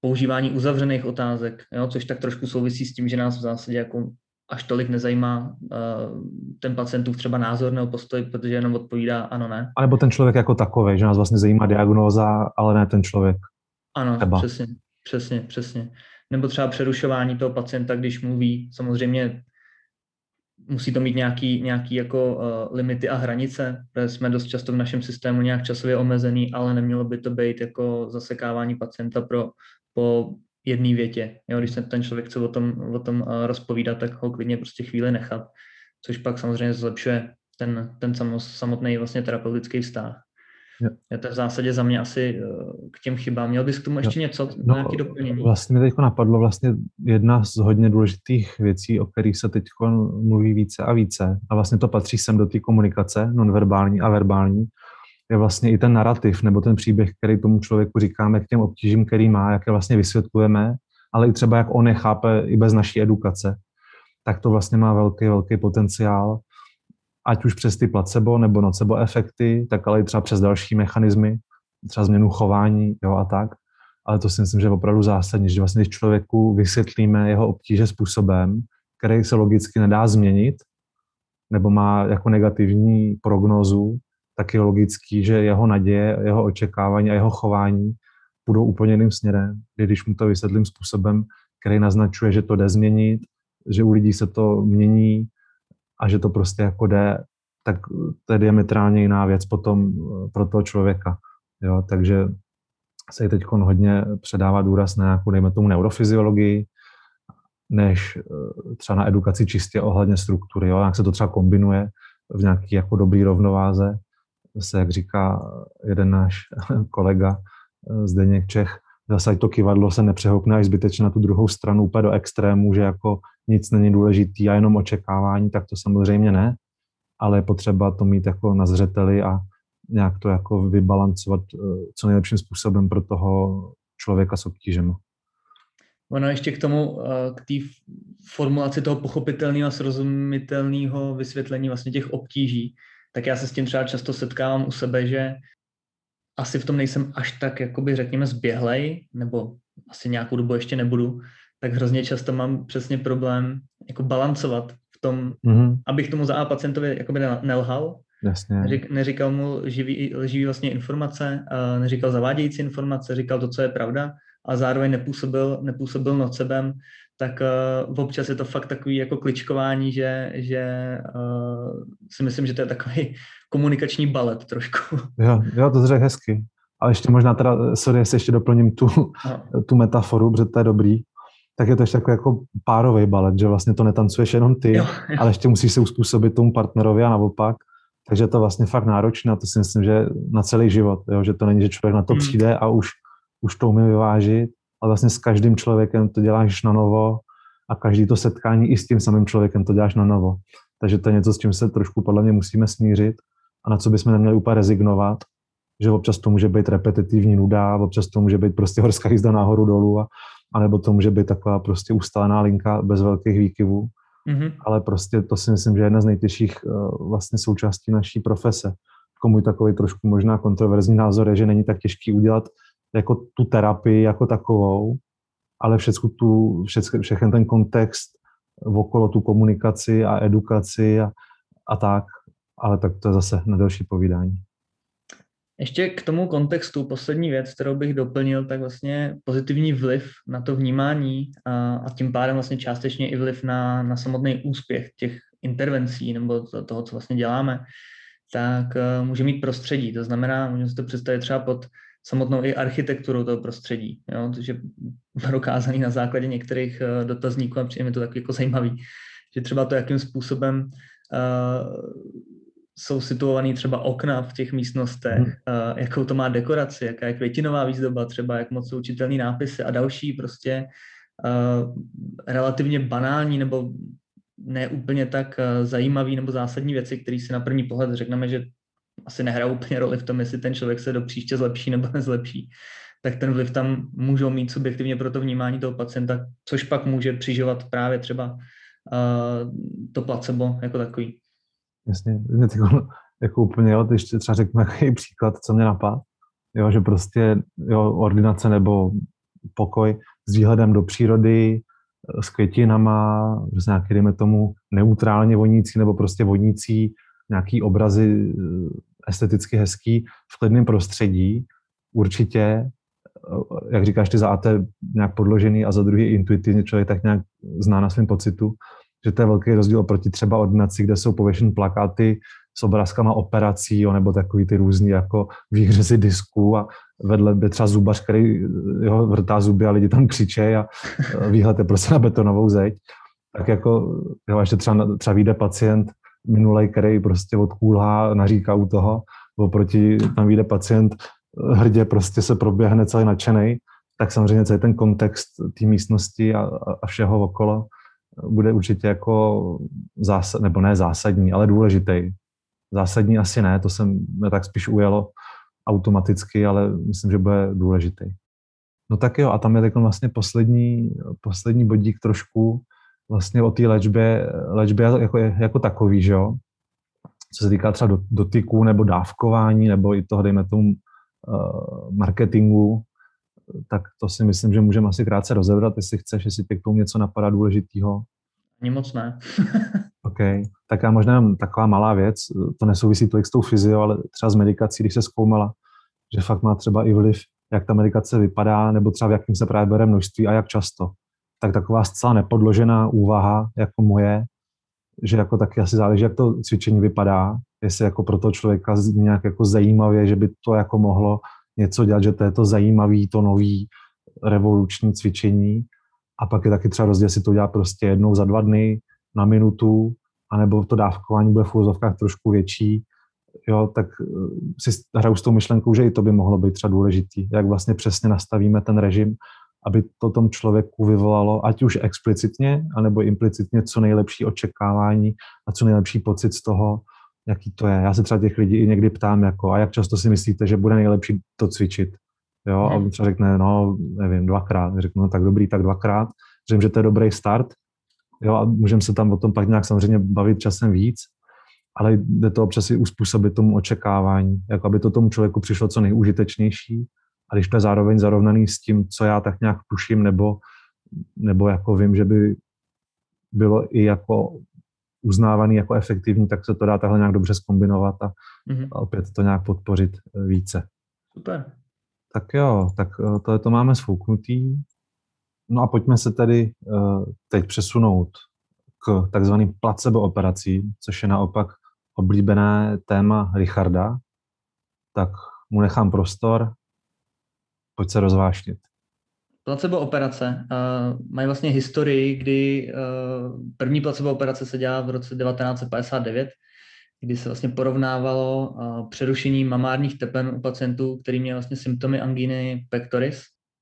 používání uzavřených otázek, jo, což tak trošku souvisí s tím, že nás v zásadě jako až tolik nezajímá uh, ten pacientův třeba názor nebo postoj, protože jenom odpovídá ano, ne. A nebo ten člověk jako takový, že nás vlastně zajímá diagnóza, ale ne ten člověk. Ano, Třeba. přesně, přesně, přesně. Nebo třeba přerušování toho pacienta, když mluví, samozřejmě musí to mít nějaký, nějaký jako uh, limity a hranice, protože jsme dost často v našem systému nějak časově omezený, ale nemělo by to být jako zasekávání pacienta pro, po jedné větě. Jo, když se ten člověk chce o tom, o tom uh, rozpovídat, tak ho klidně prostě chvíli nechat, což pak samozřejmě zlepšuje ten, ten samotný vlastně terapeutický vztah. Jo. Je to v zásadě za mě asi k těm chybám. Měl bys k tomu ještě jo. něco, no, nějaké doplnění? Vlastně mi teď napadlo vlastně jedna z hodně důležitých věcí, o kterých se teď mluví více a více. A vlastně to patří sem do té komunikace, nonverbální a verbální. Je vlastně i ten narrativ, nebo ten příběh, který tomu člověku říkáme k těm obtížím, který má, jak je vlastně vysvětlujeme, ale i třeba jak on je chápe i bez naší edukace. Tak to vlastně má velký, velký potenciál. Ať už přes ty placebo nebo nocebo efekty, tak ale i třeba přes další mechanismy, třeba změnu chování, jo, a tak. Ale to si myslím, že je opravdu zásadní, že vlastně když člověku vysvětlíme jeho obtíže způsobem, který se logicky nedá změnit, nebo má jako negativní prognózu, tak je logický, že jeho naděje, jeho očekávání a jeho chování budou úplně jiným směrem. Když mu to vysvětlím způsobem, který naznačuje, že to jde změnit, že u lidí se to mění, a že to prostě jako jde, tak to je diametrálně jiná věc potom pro toho člověka. Jo, takže se teď hodně předává důraz na nějakou, dejme tomu, neurofyziologii, než třeba na edukaci čistě ohledně struktury. Jo, jak se to třeba kombinuje v nějaký jako dobrý rovnováze. Zase, jak říká jeden náš kolega Zdeněk Čech, zase to kyvadlo se nepřehoupne až zbytečně na tu druhou stranu úplně do extrému, že jako nic není důležitý a jenom očekávání, tak to samozřejmě ne, ale je potřeba to mít jako na zřeteli a nějak to jako vybalancovat co nejlepším způsobem pro toho člověka s obtížemi. Ono ještě k tomu, k té formulaci toho pochopitelného a srozumitelného vysvětlení vlastně těch obtíží, tak já se s tím třeba často setkávám u sebe, že asi v tom nejsem až tak, jakoby řekněme, zběhlej, nebo asi nějakou dobu ještě nebudu, tak hrozně často mám přesně problém jako balancovat v tom, mm-hmm. abych tomu za A pacientovi jakoby nelhal, Jasně. Neřík, neříkal mu živý, lživý vlastně informace, neříkal zavádějící informace, říkal to, co je pravda, a zároveň nepůsobil, nepůsobil nocebem, tak uh, občas je to fakt takový jako kličkování, že, že uh, si myslím, že to je takový komunikační balet trošku. Jo, jo, to řekl hezky. Ale ještě možná teda, sorry, jestli ještě doplním tu, tu metaforu, protože to je dobrý, tak je to ještě takový jako párový balet, že vlastně to netancuješ jenom ty, jo, jo. ale ještě musíš se uspůsobit tomu partnerovi a naopak. Takže je to vlastně fakt náročné a to si myslím, že na celý život, jo, že to není, že člověk na to hmm. přijde a už, už to umí vyvážit, ale vlastně s každým člověkem to děláš na novo a každý to setkání i s tím samým člověkem to děláš na novo. Takže to je něco, s čím se trošku podle mě musíme smířit a na co bychom neměli úplně rezignovat, že občas to může být repetitivní nuda, občas to může být prostě horská jízda nahoru dolů, a, anebo to může být taková prostě ustálená linka bez velkých výkyvů. Mm-hmm. Ale prostě to si myslím, že je jedna z nejtěžších uh, vlastně součástí naší profese. Jako můj takový trošku možná kontroverzní názor je, že není tak těžký udělat jako tu terapii jako takovou, ale všechno tu, všechno, všechen ten kontext okolo tu komunikaci a edukaci a, a tak, ale tak to je zase na další povídání. Ještě k tomu kontextu poslední věc, kterou bych doplnil, tak vlastně pozitivní vliv na to vnímání a, a tím pádem vlastně částečně i vliv na, na samotný úspěch těch intervencí nebo to, toho, co vlastně děláme, tak uh, může mít prostředí. To znamená, můžeme si to představit třeba pod samotnou i architekturu toho prostředí, jo, což je dokázaný na základě některých uh, dotazníků a přijde mi to tak jako zajímavý, že třeba to, jakým způsobem uh, jsou situovaný třeba okna v těch místnostech, hmm. uh, jakou to má dekoraci, jaká je květinová výzdoba, třeba jak moc jsou učitelný nápisy a další prostě uh, relativně banální nebo ne úplně tak uh, zajímavý nebo zásadní věci, které si na první pohled řekneme, že asi nehrajou úplně roli v tom, jestli ten člověk se do příště zlepší nebo nezlepší, tak ten vliv tam můžou mít subjektivně pro to vnímání toho pacienta, což pak může přižovat právě třeba uh, to placebo jako takový. Jasně, mě tyko, jako úplně, jo, ještě třeba řeknu nějaký příklad, co mě napadl, jo, že prostě, jo, ordinace nebo pokoj s výhledem do přírody, s květinama, s nějaký, dejme tomu, neutrálně vonící nebo prostě vonící, nějaký obrazy esteticky hezký v klidném prostředí. Určitě, jak říkáš ty, za A T nějak podložený a za druhý intuitivně člověk tak nějak zná na svém pocitu, že to je velký rozdíl oproti třeba ordinaci, kde jsou pověšeny plakáty s obrázkama operací, jo, nebo takový ty různý jako výhřezy disků a vedle je třeba zubař, který jo, vrtá zuby a lidi tam křičejí a výhled je prostě na betonovou zeď. Tak jako, jo, ještě třeba, třeba vyjde pacient minulej, který prostě odkůlhá, naříká u toho, oproti tam vyjde pacient hrdě prostě se proběhne celý nadšenej, tak samozřejmě celý ten kontext té místnosti a, a všeho okolo bude určitě jako zásad, nebo ne zásadní, ale důležitý. Zásadní asi ne, to se mě tak spíš ujelo automaticky, ale myslím, že bude důležitý. No tak jo, a tam je takový vlastně poslední, poslední bodík trošku vlastně o té léčbě, léčbě jako, jako takový, že jo? Co se týká třeba dotyků nebo dávkování, nebo i toho, dejme tomu, uh, marketingu, tak to si myslím, že můžeme asi krátce rozebrat, jestli chceš, jestli tě k tomu něco napadá důležitýho. Ani moc ne. OK, tak já možná taková malá věc, to nesouvisí tolik s tou fyzio, ale třeba s medikací, když se zkoumala, že fakt má třeba i vliv, jak ta medikace vypadá, nebo třeba v jakým se právě bere množství a jak často. Tak taková zcela nepodložená úvaha, jako moje, že jako taky asi záleží, jak to cvičení vypadá, jestli jako pro toho člověka nějak jako zajímavě, že by to jako mohlo něco dělat, že to je to zajímavý, to nový revoluční cvičení. A pak je taky třeba rozdíl, jestli to dělá prostě jednou za dva dny, na minutu, anebo to dávkování bude v úvozovkách trošku větší, jo, tak si hraju s tou myšlenkou, že i to by mohlo být třeba důležitý, jak vlastně přesně nastavíme ten režim, aby to tom člověku vyvolalo, ať už explicitně, anebo implicitně, co nejlepší očekávání a co nejlepší pocit z toho, jaký to je. Já se třeba těch lidí i někdy ptám, jako, a jak často si myslíte, že bude nejlepší to cvičit? Jo, a on třeba řekne, no, nevím, dvakrát. Řeknu, no tak dobrý, tak dvakrát. Řeknu, že to je dobrý start. Jo, a můžeme se tam o tom pak nějak samozřejmě bavit časem víc, ale jde to občas i uspůsobit tomu očekávání, jako aby to tomu člověku přišlo co nejúžitečnější. A když to je zároveň zarovnaný s tím, co já tak nějak tuším, nebo, nebo jako vím, že by bylo i jako uznávaný jako efektivní, tak se to dá takhle nějak dobře zkombinovat a, mm-hmm. a opět to nějak podpořit více. Super. Tak jo, tak tohle to máme sfouknutý. No a pojďme se tedy uh, teď přesunout k takzvaným placebo operacím, což je naopak oblíbené téma Richarda. Tak mu nechám prostor, pojď se rozvášnit. Placebo operace uh, mají vlastně historii, kdy uh, první placebo operace se dělala v roce devatenáct set padesát devět, kdy se vlastně porovnávalo uh, přerušení mamárních tepen u pacientů, který měli vlastně symptomy angíny pectoris.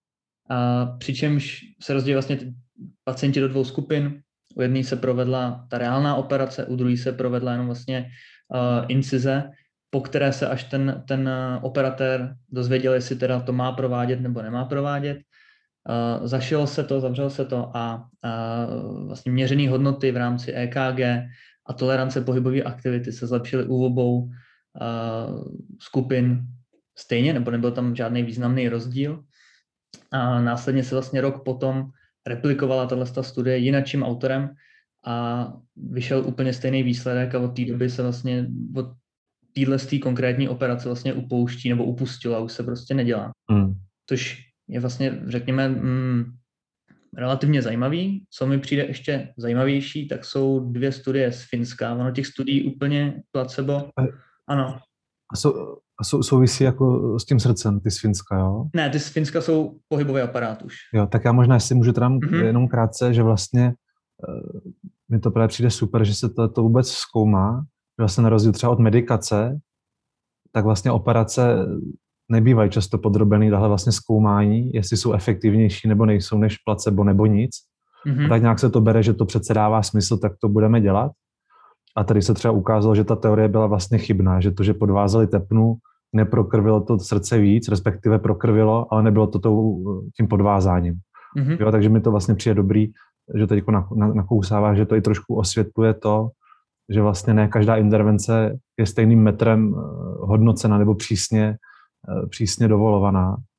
Uh, přičemž se rozdělí vlastně pacienti do dvou skupin. U jedné se provedla ta reálná operace, u druhé se provedla jenom vlastně uh, incize, po které se až ten, ten operatér dozvěděl, jestli teda to má provádět nebo nemá provádět. Uh, zašilo se to, zavřelo se to a uh, vlastně měřené hodnoty v rámci E K G a tolerance pohybové aktivity se zlepšily u obou uh, skupin stejně, nebo nebyl tam žádný významný rozdíl. A následně se vlastně rok potom replikovala tato studie jinakším autorem a vyšel úplně stejný výsledek a od té doby se vlastně od téhle konkrétní operace vlastně upouští nebo upustila, už se prostě nedělá. Mm. Což je vlastně, řekněme, mm, relativně zajímavý. Co mi přijde ještě zajímavější, tak jsou dvě studie z Finska. Ono těch studií úplně placebo, ano. A sou, a sou, souvisí jako s tím srdcem, ty z Finska, jo? Ne, ty z Finska jsou pohybový aparát už. Jo, tak já možná, jestli můžu tam mm-hmm. jenom krátce, že vlastně uh, mi to právě přijde super, že se to, to vůbec zkoumá, že vlastně na rozdíl třeba od medikace, tak vlastně operace nebývají často podrobený tahle vlastně zkoumání, jestli jsou efektivnější nebo nejsou než placebo nebo nic. Mm-hmm. A tak nějak se to bere, že to přece dává smysl, tak to budeme dělat. A tady se třeba ukázalo, že ta teorie byla vlastně chybná, že to, že podvázali tepnu, neprokrvilo to srdce víc, respektive prokrvilo, ale nebylo to tím podvázáním. Mm-hmm. Jo, takže mi to vlastně přijde dobrý, že teď nakousává, že to i trošku osvětluje to, že vlastně ne každá intervence je stejným metrem hodnocena nebo přísně, přísně dovolovaná.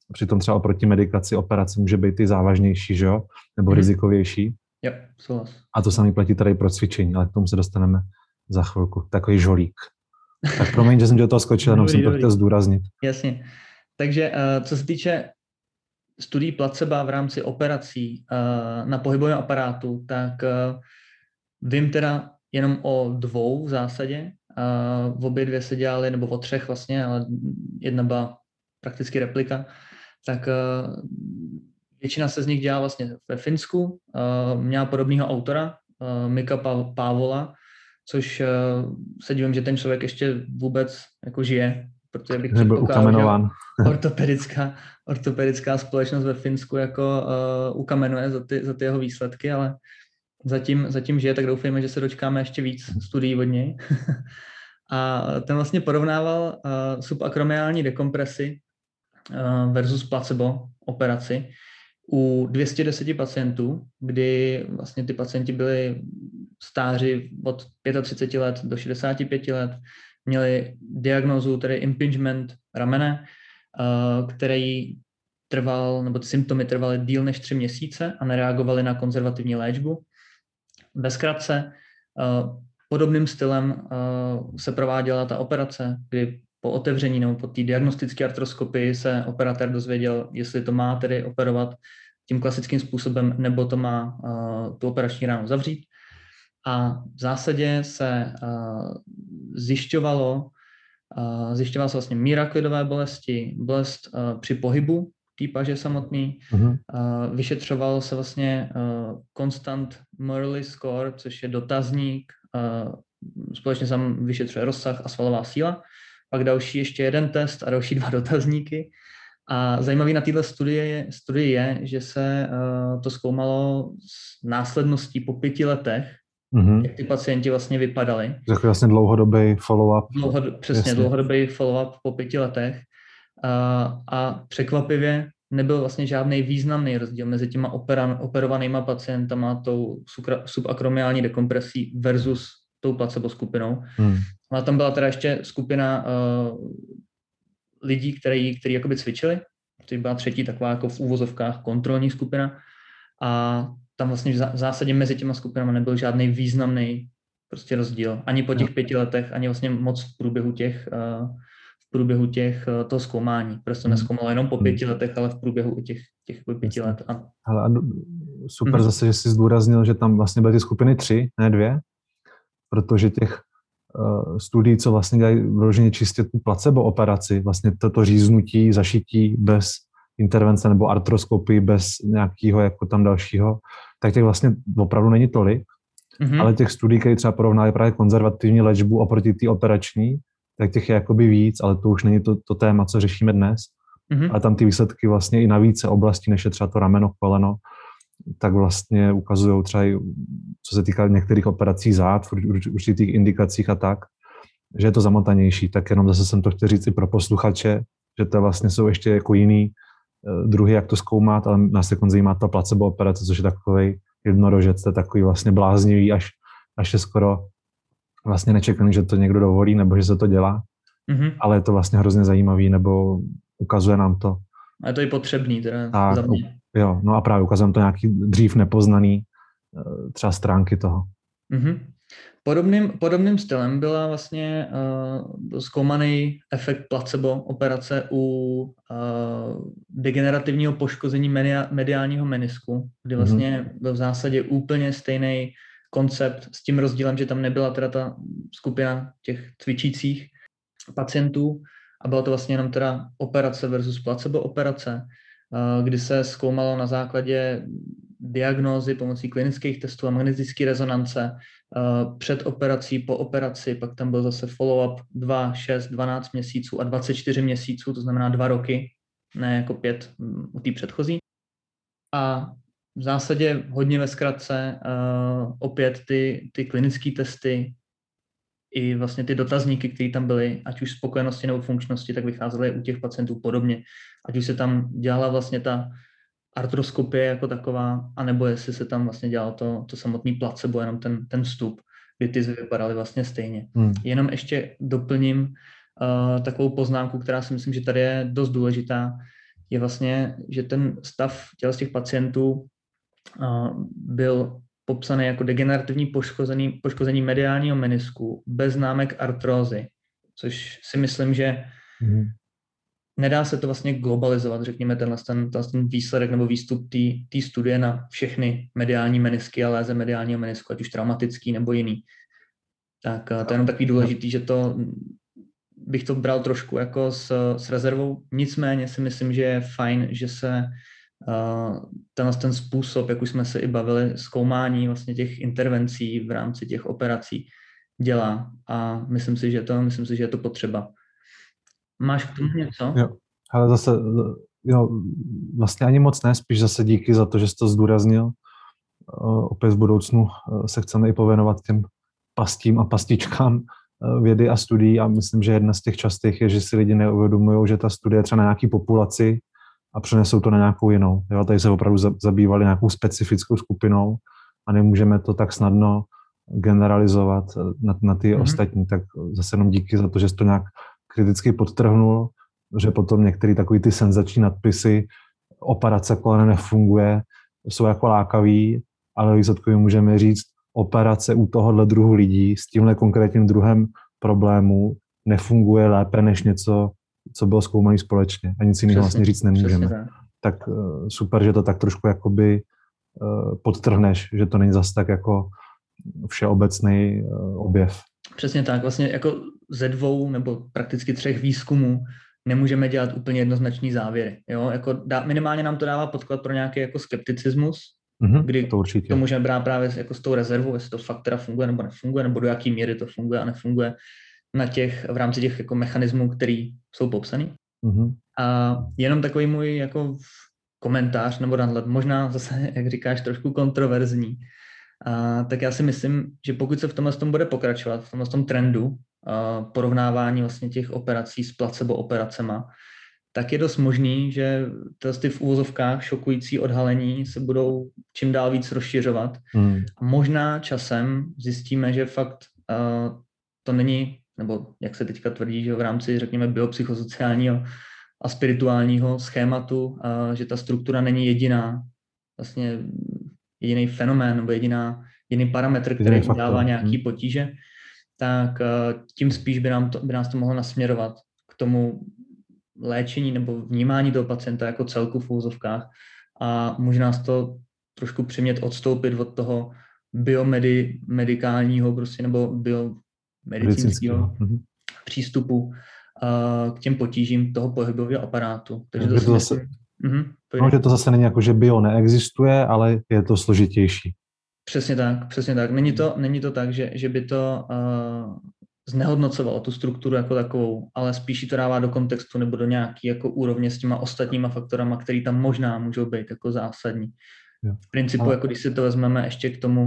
Přitom třeba oproti medikaci operace může být i závažnější, že jo? Nebo Mhm. rizikovější. Jo, souhlas. A to samé platí tady pro cvičení, ale k tomu se dostaneme za chvilku. Takový žolík. Tak promiň, že jsem do toho skočil, jenom Dobrý, jsem to dobrý. chtěl zdůraznit. Jasně. Takže uh, co se týče studií placebo v rámci operací uh, na pohybovém aparátu, tak uh, vím teda jenom o dvou v zásadě. Uh, v obě dvě se dělaly, nebo o třech vlastně, ale jedna byla prakticky replika. Tak uh, většina se z nich dělá vlastně ve Finsku. Uh, měla podobného autora, uh, Mika Paavola, což uh, se divím, že ten člověk ještě vůbec jako žije, protože bych Nebyl ukamenován. ortopedická, ortopedická společnost ve Finsku jako uh, ukamenuje za ty, za ty jeho výsledky, ale zatím, zatím žije, tak doufejme, že se dočkáme ještě víc studií od něj. A ten vlastně porovnával uh, subakromiální dekompresi uh, versus placebo operaci u dvě stě deset pacientů, kdy vlastně ty pacienti byli stáři od třicet pět let do šedesáti pěti let, měli diagnózu, tedy impingement ramene, který trval, nebo ty symptomy trvaly díl než tři měsíce a nereagovaly na konzervativní léčbu. Ve zkratce, podobným stylem se prováděla ta operace, kdy po otevření nebo po té diagnostické artroskopii se operatér dozvěděl, jestli to má tedy operovat tím klasickým způsobem, nebo to má uh, tu operační ránu zavřít. A v zásadě se uh, zjišťovalo, uh, zjišťovala se vlastně míra klidové bolesti, bolest uh, při pohybu té paže samotný. Uh-huh. Uh, vyšetřovalo se vlastně uh, Constant Morley Score, což je dotazník, uh, společně tam vyšetřuje rozsah a svalová síla. Pak další ještě jeden test a další dva dotazníky. A zajímavý na této studii, studii je, že se uh, to zkoumalo s následností po pěti letech, mm-hmm. jak ty pacienti vlastně vypadali. Takový vlastně dlouhodobý follow-up. Dlouhod, přesně, Jasně. dlouhodobý follow-up po pěti letech. Uh, a překvapivě nebyl vlastně žádný významný rozdíl mezi těma opera, operovanýma pacientama, tou subakromiální dekompresí versus tou placebo skupinou. Hmm. A tam byla teda ještě skupina uh, lidí, který, který jakoby cvičili, což byla třetí taková jako v úvozovkách kontrolní skupina a tam vlastně v zásadě mezi těma skupinami nebyl žádný významný prostě rozdíl. Ani po těch no. pěti letech, ani vlastně moc v průběhu těch, uh, v průběhu těch uh, toho zkoumání. Prostě hmm. nezkoumalo jenom po pěti letech, ale v průběhu těch, těch pěti let. A... Ale a super hmm. zase, že jsi zdůraznil, že tam vlastně byly ty skupiny tři, ne dvě, protože těch uh, studií, co vlastně dělají vyloženě čistě tu placebo operaci, vlastně toto říznutí, zašití bez intervence nebo artroskopii bez nějakého jako tam dalšího, tak těch vlastně opravdu není tolik, mm-hmm. ale těch studií, které třeba porovnávají právě konzervativní léčbu oproti té operační, tak těch je jakoby víc, ale to už není to, to téma, co řešíme dnes. Mm-hmm. Ale tam ty výsledky vlastně i na více oblastí, než je třeba to rameno, koleno, tak vlastně ukazují třeba i, co se týká některých operací zád, v určitých indikacích a tak, že je to zamotanější. Tak jenom zase jsem to chtěl říct i pro posluchače, že to vlastně jsou ještě jako jiný druhy, jak to zkoumat, ale nás se zajímá ta placebo operace, což je takový jednorožec, to je takový vlastně bláznivý, až, až je skoro vlastně nečekaný, že to někdo dovolí, nebo že se to dělá, mm-hmm. ale je to vlastně hrozně zajímavý, nebo ukazuje nám to. A je to i potřebný teda tak, za mě. Jo, no a právě ukazujeme to nějaký dřív nepoznaný třeba stránky toho. Mm-hmm. Podobným, podobným stylem byla vlastně uh, zkoumaný efekt placebo operace u uh, degenerativního poškození media, mediálního menisku, kdy vlastně mm-hmm. byl v zásadě úplně stejný koncept s tím rozdílem, že tam nebyla teda ta skupina těch cvičících pacientů a byla to vlastně jenom teda operace versus placebo operace, uh, kdy se zkoumalo na základě diagnózy pomocí klinických testů a magnetické rezonance uh, před operací, po operaci, pak tam byl zase follow-up dva, šest, dvanáct měsíců a dvacet čtyři měsíců, to znamená dva roky, ne jako pět u té předchozí. A v zásadě hodně ve zkratce uh, opět ty, ty klinické testy i vlastně ty dotazníky, které tam byly, ať už spokojenosti nebo funkčnosti, tak vycházely u těch pacientů podobně. Ať už se tam dělala vlastně ta artroskopie jako taková, anebo jestli se tam vlastně dělalo to, to samotný placebo, jenom ten, ten vstup, kdy ty vypadaly vlastně stejně. Hmm. Jenom ještě doplním uh, takovou poznámku, která si myslím, že tady je dost důležitá, je vlastně, že ten stav těla z těch pacientů byl popsaný jako degenerativní poškození, poškození mediálního menisku bez známek artrózy, což si myslím, že mm. nedá se to vlastně globalizovat, řekněme, tenhle ten, ten výsledek nebo výstup té studie na všechny mediální menisky a léze mediálního menisku, ať už traumatický nebo jiný. Tak to je jenom takový důležitý, že to bych to bral trošku jako s, s rezervou. Nicméně si myslím, že je fajn, že se uh, tenhle ten způsob, jak už jsme se i bavili, zkoumání vlastně těch intervencí v rámci těch operací dělá a myslím si, že to, myslím si, že je to potřeba. Máš k tomu něco? Jo, ale zase, jo, vlastně ani moc ne, spíš zase díky za to, že jsi to zdůraznil. Uh, opět v budoucnu uh, se chceme i pověnovat těm pastím a pastičkám vědy a studií a myslím, že jedna z těch častých je, že si lidi neuvědomují, že ta studie je třeba na nějaký populaci a přenesou to na nějakou jinou. Jo, tady se opravdu zabývali nějakou specifickou skupinou a nemůžeme to tak snadno generalizovat na, na ty mm-hmm. ostatní. Tak zase jenom díky za to, že jsi to nějak kriticky podtrhnul, že potom některé takový ty senzační nadpisy operace kolene nefunguje, jsou jako lákavý, ale výsledkově můžeme říct, operace u tohohle druhu lidí s tímhle konkrétním druhem problému nefunguje lépe než něco, co bylo zkoumané společně. A nic jiného vlastně říct nemůžeme. Tak. tak super, že to tak trošku jakoby podtrhneš, že to není zas tak jako všeobecný objev. Přesně tak. Vlastně jako ze dvou nebo prakticky třech výzkumů nemůžeme dělat úplně jednoznačný závěry. Jo? Jako dá, minimálně nám to dává podklad pro nějaký jako skepticismus, Mm-hmm, kdy to, určitě. to můžeme brát právě jako s tou rezervou, jestli to fakt teda funguje nebo nefunguje, nebo do jaký míry to funguje a nefunguje na těch, v rámci těch jako mechanismů, který jsou popsaný. Mm-hmm. A jenom takový můj jako komentář nebo nadhled, možná zase, jak říkáš, trošku kontroverzní. A, tak já si myslím, že pokud se v tomhle tom bude pokračovat, v tomhle tom trendu a, porovnávání vlastně těch operací s placebo operacema, tak je dost možný, že ty v úvozovkách šokující odhalení se budou čím dál víc rozšiřovat. Hmm. A možná časem zjistíme, že fakt uh, to není, nebo jak se teďka tvrdí, že v rámci, řekněme, biopsychosociálního a spirituálního schématu, uh, že ta struktura není jediná, vlastně jediný fenomén nebo jediná, jediný parametr, který dává nějaký hmm. potíže, tak uh, tím spíš by, nám to, by nás to mohlo nasměrovat k tomu léčení nebo vnímání toho pacienta jako celku v úvozovkách a může nás to trošku přimět odstoupit od toho biomedikálního prostě nebo biomedicínského přístupu uh, k těm potížím toho pohybového aparátu. Takže to, to zase, uh-huh, no, že to zase není jako, že bio neexistuje, ale je to složitější. Přesně tak, přesně tak. Není to, není to tak, že, že by to uh, znehodnocovalo tu strukturu jako takovou, ale spíš ji to dává do kontextu nebo do nějaký jako úrovně s těma ostatníma faktorama, které tam možná můžou být jako zásadní. Jo. V principu, ale... jako když si to vezmeme ještě k tomu,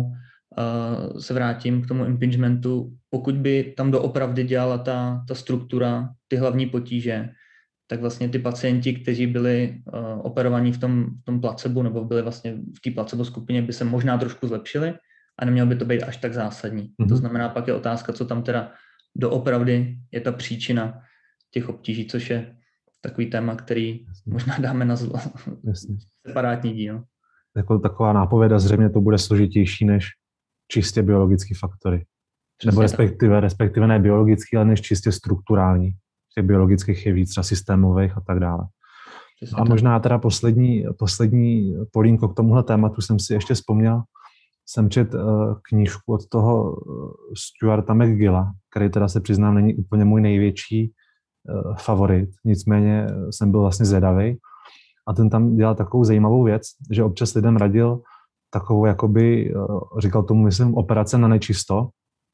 uh, se vrátím k tomu impingementu, pokud by tam doopravdy dělala ta, ta struktura, ty hlavní potíže, tak vlastně ty pacienti, kteří byli uh, operovaní v tom, v tom placebo nebo byli vlastně v té placebo skupině, by se možná trošku zlepšili a nemělo by to být až tak zásadní. Mm-hmm. To znamená, pak je otázka, co tam teda doopravdy je ta příčina těch obtíží, což je takový téma, který Jasně. možná dáme na zlo. separátní díl. Jako taková nápověda, zřejmě to bude složitější než čistě biologické faktory. Přesně Nebo respektive, tak. respektive ne biologický, ale než čistě strukturální. Těch biologických je víc, třeba systémových a tak dále. Přesně a tak. Možná teda poslední, poslední polínko k tomuhle tématu jsem si ještě vzpomněl. Jsem četl uh, knížku od toho uh, Stuarta McGilla, který teda se přiznám není úplně můj největší uh, favorit, nicméně jsem byl vlastně zvědavý. A ten tam dělal takovou zajímavou věc, že občas lidem radil takovou, jakoby, uh, říkal tomu, myslím, operace na nečisto,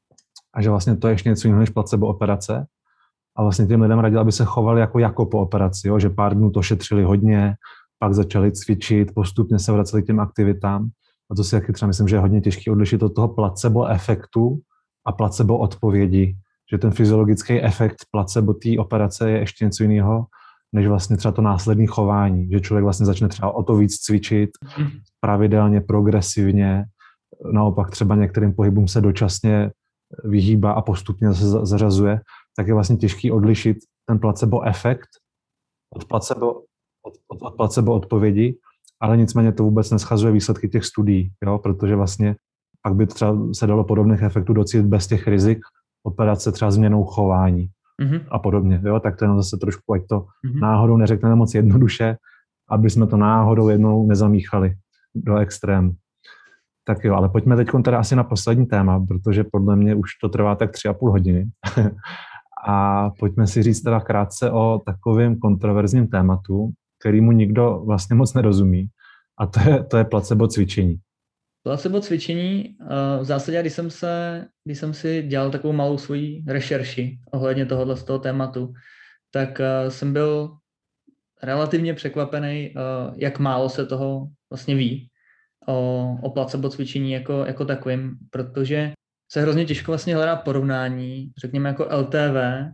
a že vlastně to je ještě něco jiného než placebo operace. A vlastně těm lidem radil, aby se chovali jako, jako po operaci, jo? Že pár dnů to šetřili hodně, pak začali cvičit, postupně se vraceli k těm aktivitám. A to si taky třeba myslím, že je hodně těžké odlišit od toho placebo efektu a placebo odpovědi. Že ten fyziologický efekt placebo té operace je ještě něco jiného, než vlastně třeba to následné chování. Že člověk vlastně začne třeba o to víc cvičit, pravidelně, progresivně, naopak třeba některým pohybům se dočasně vyhýbá a postupně se zařazuje, tak je vlastně těžký odlišit ten placebo efekt od placebo od, od, od placebo odpovědi, ale nicméně to vůbec neschazuje výsledky těch studií, jo, protože vlastně pak by třeba se dalo podobných efektů docílit bez těch rizik operace třeba změnou chování mm-hmm. a podobně, jo, tak to jenom zase trošku, ať to mm-hmm. náhodou neřekneme moc jednoduše, aby jsme to náhodou jednou nezamíchali do extrému. Tak jo, ale pojďme teď teda asi na poslední téma, protože podle mě už to trvá tak tři a půl hodiny. A pojďme si říct teda krátce o takovém kontroverzním tématu, kterému nikdo vlastně moc nerozumí, a to je, to je placebo cvičení. Placebo cvičení, v zásadě, když jsem, se, když jsem si dělal takovou malou svoji rešerši ohledně tohohle z toho tématu, tak jsem byl relativně překvapený, jak málo se toho vlastně ví o, o placebo cvičení jako, jako takovým, protože se hrozně těžko vlastně hledá porovnání, řekněme jako L T V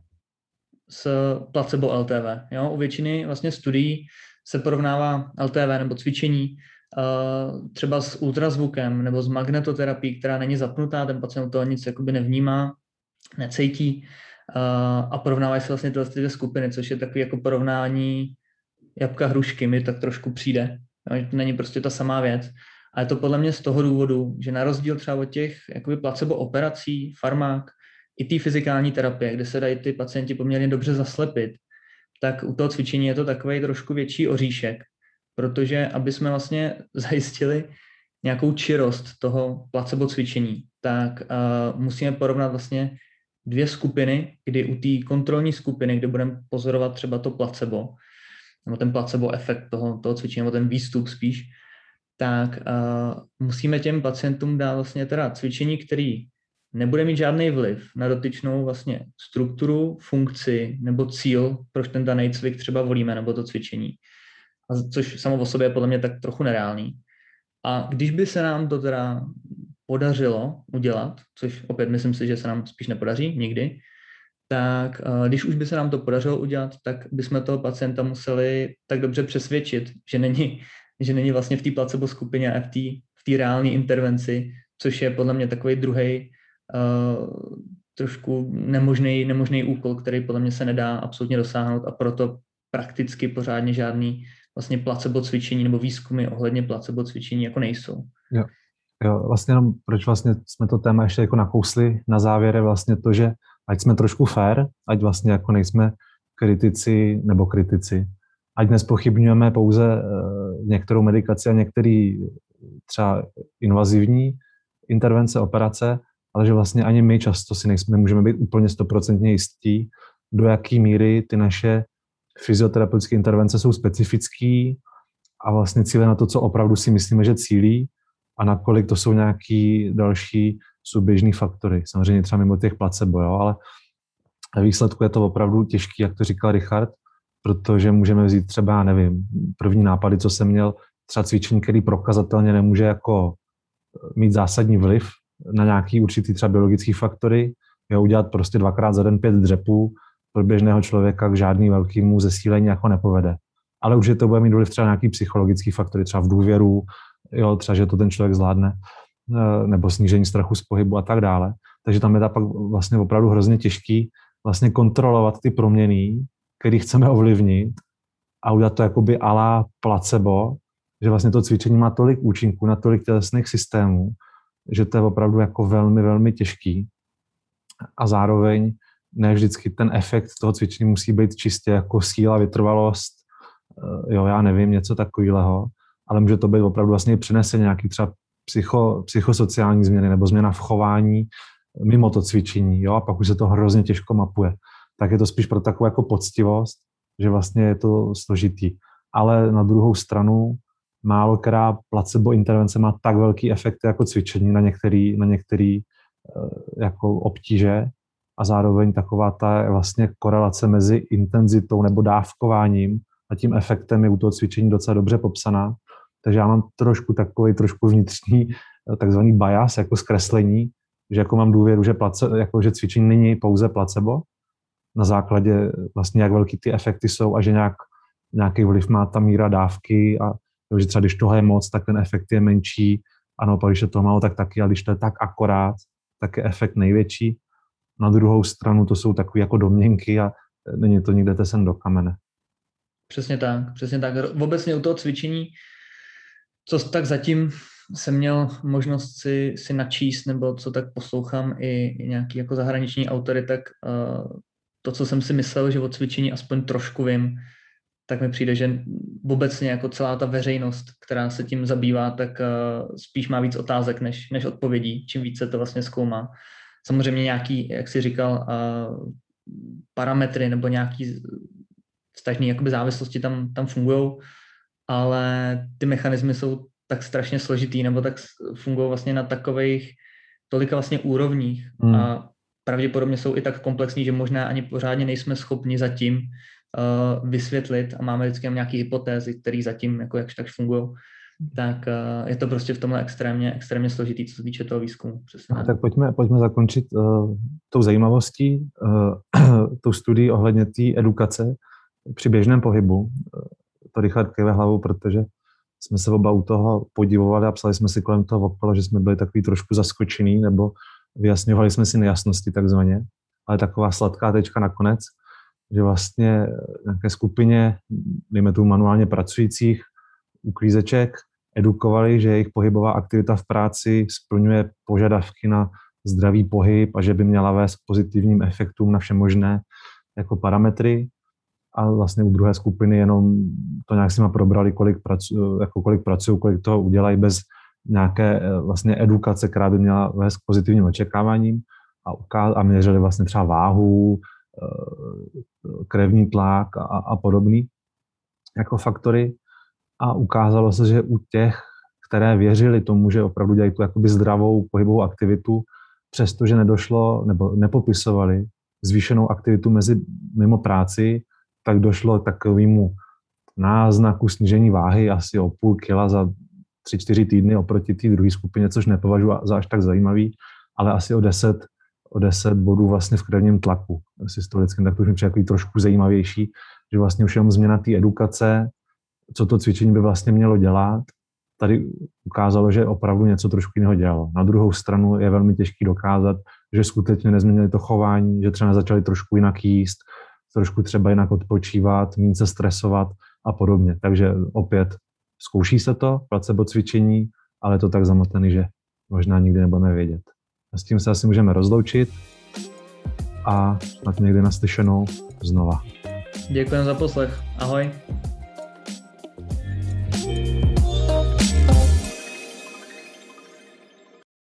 s placebo L T V. Jo? U většiny vlastně studií se porovnává L T V nebo cvičení uh, třeba s ultrazvukem nebo s magnetoterapií, která není zapnutá, ten pacient toho nic jakoby nevnímá, necítí uh, a porovnávají se vlastně tyhle dvě skupiny, což je takový jako porovnání jabka hrušky, mi tak trošku přijde. Jo? To není prostě ta samá věc. A je to podle mě z toho důvodu, že na rozdíl třeba od těch jakoby placebo operací, farmák, i té fyzikální terapie, kde se dají ty pacienti poměrně dobře zaslepit, tak u toho cvičení je to takový trošku větší oříšek, protože aby jsme vlastně zajistili nějakou čirost toho placebo cvičení, tak uh, musíme porovnat vlastně dvě skupiny, kdy u té kontrolní skupiny, kde budeme pozorovat třeba to placebo, nebo ten placebo efekt toho, toho cvičení, nebo ten výstup spíš, tak uh, musíme těm pacientům dát vlastně teda cvičení, který nebude mít žádný vliv na dotyčnou vlastně strukturu, funkci nebo cíl, proč ten daný cvik třeba volíme, nebo to cvičení. A což samo o sobě je podle mě tak trochu nereálný. A když by se nám to teda podařilo udělat, což opět myslím si, že se nám spíš nepodaří nikdy, tak uh, když už by se nám to podařilo udělat, tak bychom toho pacienta museli tak dobře přesvědčit, že není že není vlastně v té placebo skupině a v té v té reálné intervenci, což je podle mě takový druhý uh, trošku nemožný, nemožný úkol, který podle mě se nedá absolutně dosáhnout a proto prakticky pořádně žádný vlastně placebo cvičení nebo výzkumy ohledně placebo cvičení jako nejsou. Jo, jo vlastně jenom, proč vlastně jsme to téma ještě jako nakousli na závěr je vlastně to, že ať jsme trošku fair, ať vlastně jako nejsme kritici nebo kritici, ať nespochybňujeme pouze některou medikaci a některé třeba invazivní intervence, operace, ale že vlastně ani my často si nejsme, nemůžeme být úplně stoprocentně jistí, do jaké míry ty naše fyzioterapeutické intervence jsou specifické a vlastně cíle na to, co opravdu si myslíme, že cílí a nakolik to jsou nějaký další souběžný faktory. Samozřejmě třeba mimo těch placebo, jo, ale ve výsledku je to opravdu těžký, jak to říkal Richard, protože můžeme vzít třeba, nevím, první nápady, co jsem měl, třeba cvičení, který prokazatelně nemůže jako mít zásadní vliv na nějaký určitý třeba biologický faktory, jo, udělat prostě dvakrát za den pět dřepů pro běžného člověka k žádný velkému zesílení jako nepovede. Ale už je to bude mít vliv třeba nějaký psychologický faktory, třeba v důvěru, jo, třeba, že to ten člověk zvládne, nebo snížení strachu z pohybu a tak dále. Takže tam je to pak vlastně opravdu hrozně těžký vlastně kontrolovat ty proměny, který chceme ovlivnit a udělat to jakoby a la placebo, že vlastně to cvičení má tolik účinků na tolik tělesných systémů, že to je opravdu jako velmi, velmi těžký. A zároveň ne vždycky ten efekt toho cvičení musí být čistě jako síla, vytrvalost, jo, já nevím, něco takového, ale může to být opravdu vlastně přenesený nějaký třeba psycho, psychosociální změny nebo změna v chování mimo to cvičení, jo, a pak už se to hrozně těžko mapuje. Tak je to spíš pro takovou jako poctivost, že vlastně je to složitý. Ale na druhou stranu málo která placebo intervence má tak velký efekt jako cvičení na některé na některý, jako obtíže a zároveň taková ta vlastně korelace mezi intenzitou nebo dávkováním a tím efektem je u toho cvičení docela dobře popsaná. Takže já mám trošku takový trošku vnitřní takzvaný bias, jako zkreslení, že jako mám důvěru, že, place, jako, že cvičení není pouze placebo, na základě vlastně, jak velký ty efekty jsou a že nějak, nějaký vliv má ta míra dávky a že třeba když toho je moc, tak ten efekt je menší a naopak, když je toho málo, tak taky, a když to je tak akorát, tak je efekt největší. Na druhou stranu to jsou takové jako domněnky a není to nikde tesen do kamene. Přesně tak, přesně tak. Obecně u toho cvičení, co tak zatím jsem měl možnost si, si načíst, nebo co tak poslouchám i, i nějaký jako zahraniční autory, tak uh, to, co jsem si myslel, že o cvičení aspoň trošku vím, tak mi přijde, že obecně jako celá ta veřejnost, která se tím zabývá, tak uh, spíš má víc otázek než, než odpovědí, čím více to vlastně zkoumá. Samozřejmě nějaký, jak jsi říkal, uh, parametry nebo nějaký vztažný jakoby závislosti tam, tam fungují, ale ty mechanismy jsou tak strašně složitý, nebo tak fungují vlastně na takových tolika vlastně úrovních hmm. a pravděpodobně jsou i tak komplexní, že možná ani pořádně nejsme schopni zatím uh, vysvětlit a máme vždycky nějaké hypotézy, které zatím jako jakž tak fungují. Tak uh, je to prostě v tomhle extrémně, extrémně složitý, co se týče toho výzkumu. Přesně. A tak pojďme, pojďme zakončit uh, tou zajímavostí, uh, tou studií ohledně té edukace při běžném pohybu. To Richard kýve hlavou, protože jsme se oba u toho podivovali a psali jsme si kolem toho okolo, že jsme byli takový trošku zaskočený, nebo vyjasňovali jsme si nejasnosti takzvaně, ale taková sladká tečka nakonec, že vlastně nějaké skupině, dejme tu manuálně pracujících uklízeček, edukovali, že jejich pohybová aktivita v práci splňuje požadavky na zdravý pohyb a že by měla vést k pozitivním efektům na všemožné jako parametry. A vlastně u druhé skupiny jenom to nějak si ma probrali, kolik pracují, jako kolik pracují, kolik toho udělají bez nějaké vlastně edukace, která by měla vést k pozitivním očekáváním a, ukáz- a měřili vlastně třeba váhu, krevní tlak a, a podobný jako faktory. A ukázalo se, že u těch, které věřili tomu, že opravdu dělají tu jakoby zdravou pohybovou aktivitu, přestože nedošlo nebo nepopisovali zvýšenou aktivitu mezi mimo práci, tak došlo k takovému náznaku snížení váhy asi o půl kila za tři, čtyři týdny oproti té druhé skupině, což nepovažuji za až tak zajímavý, ale asi o deset, o deset bodů vlastně v krevním tlaku systolickém, tak to už mi přijde trošku zajímavější, že vlastně už jenom změna té edukace, co to cvičení by vlastně mělo dělat, tady ukázalo, že opravdu něco trošku jiného dělalo. Na druhou stranu je velmi těžké dokázat, že skutečně nezměnili to chování, že třeba začali trošku jinak jíst, trošku třeba jinak odpočívat, méně se stresovat a podobně. Takže opět zkouší se to, placebo cvičení, ale je to tak zamotaný, že možná nikdy nebudeme vědět. A s tím se asi můžeme rozloučit a snad někdy naslyšenou znova. Děkujeme za poslech. Ahoj.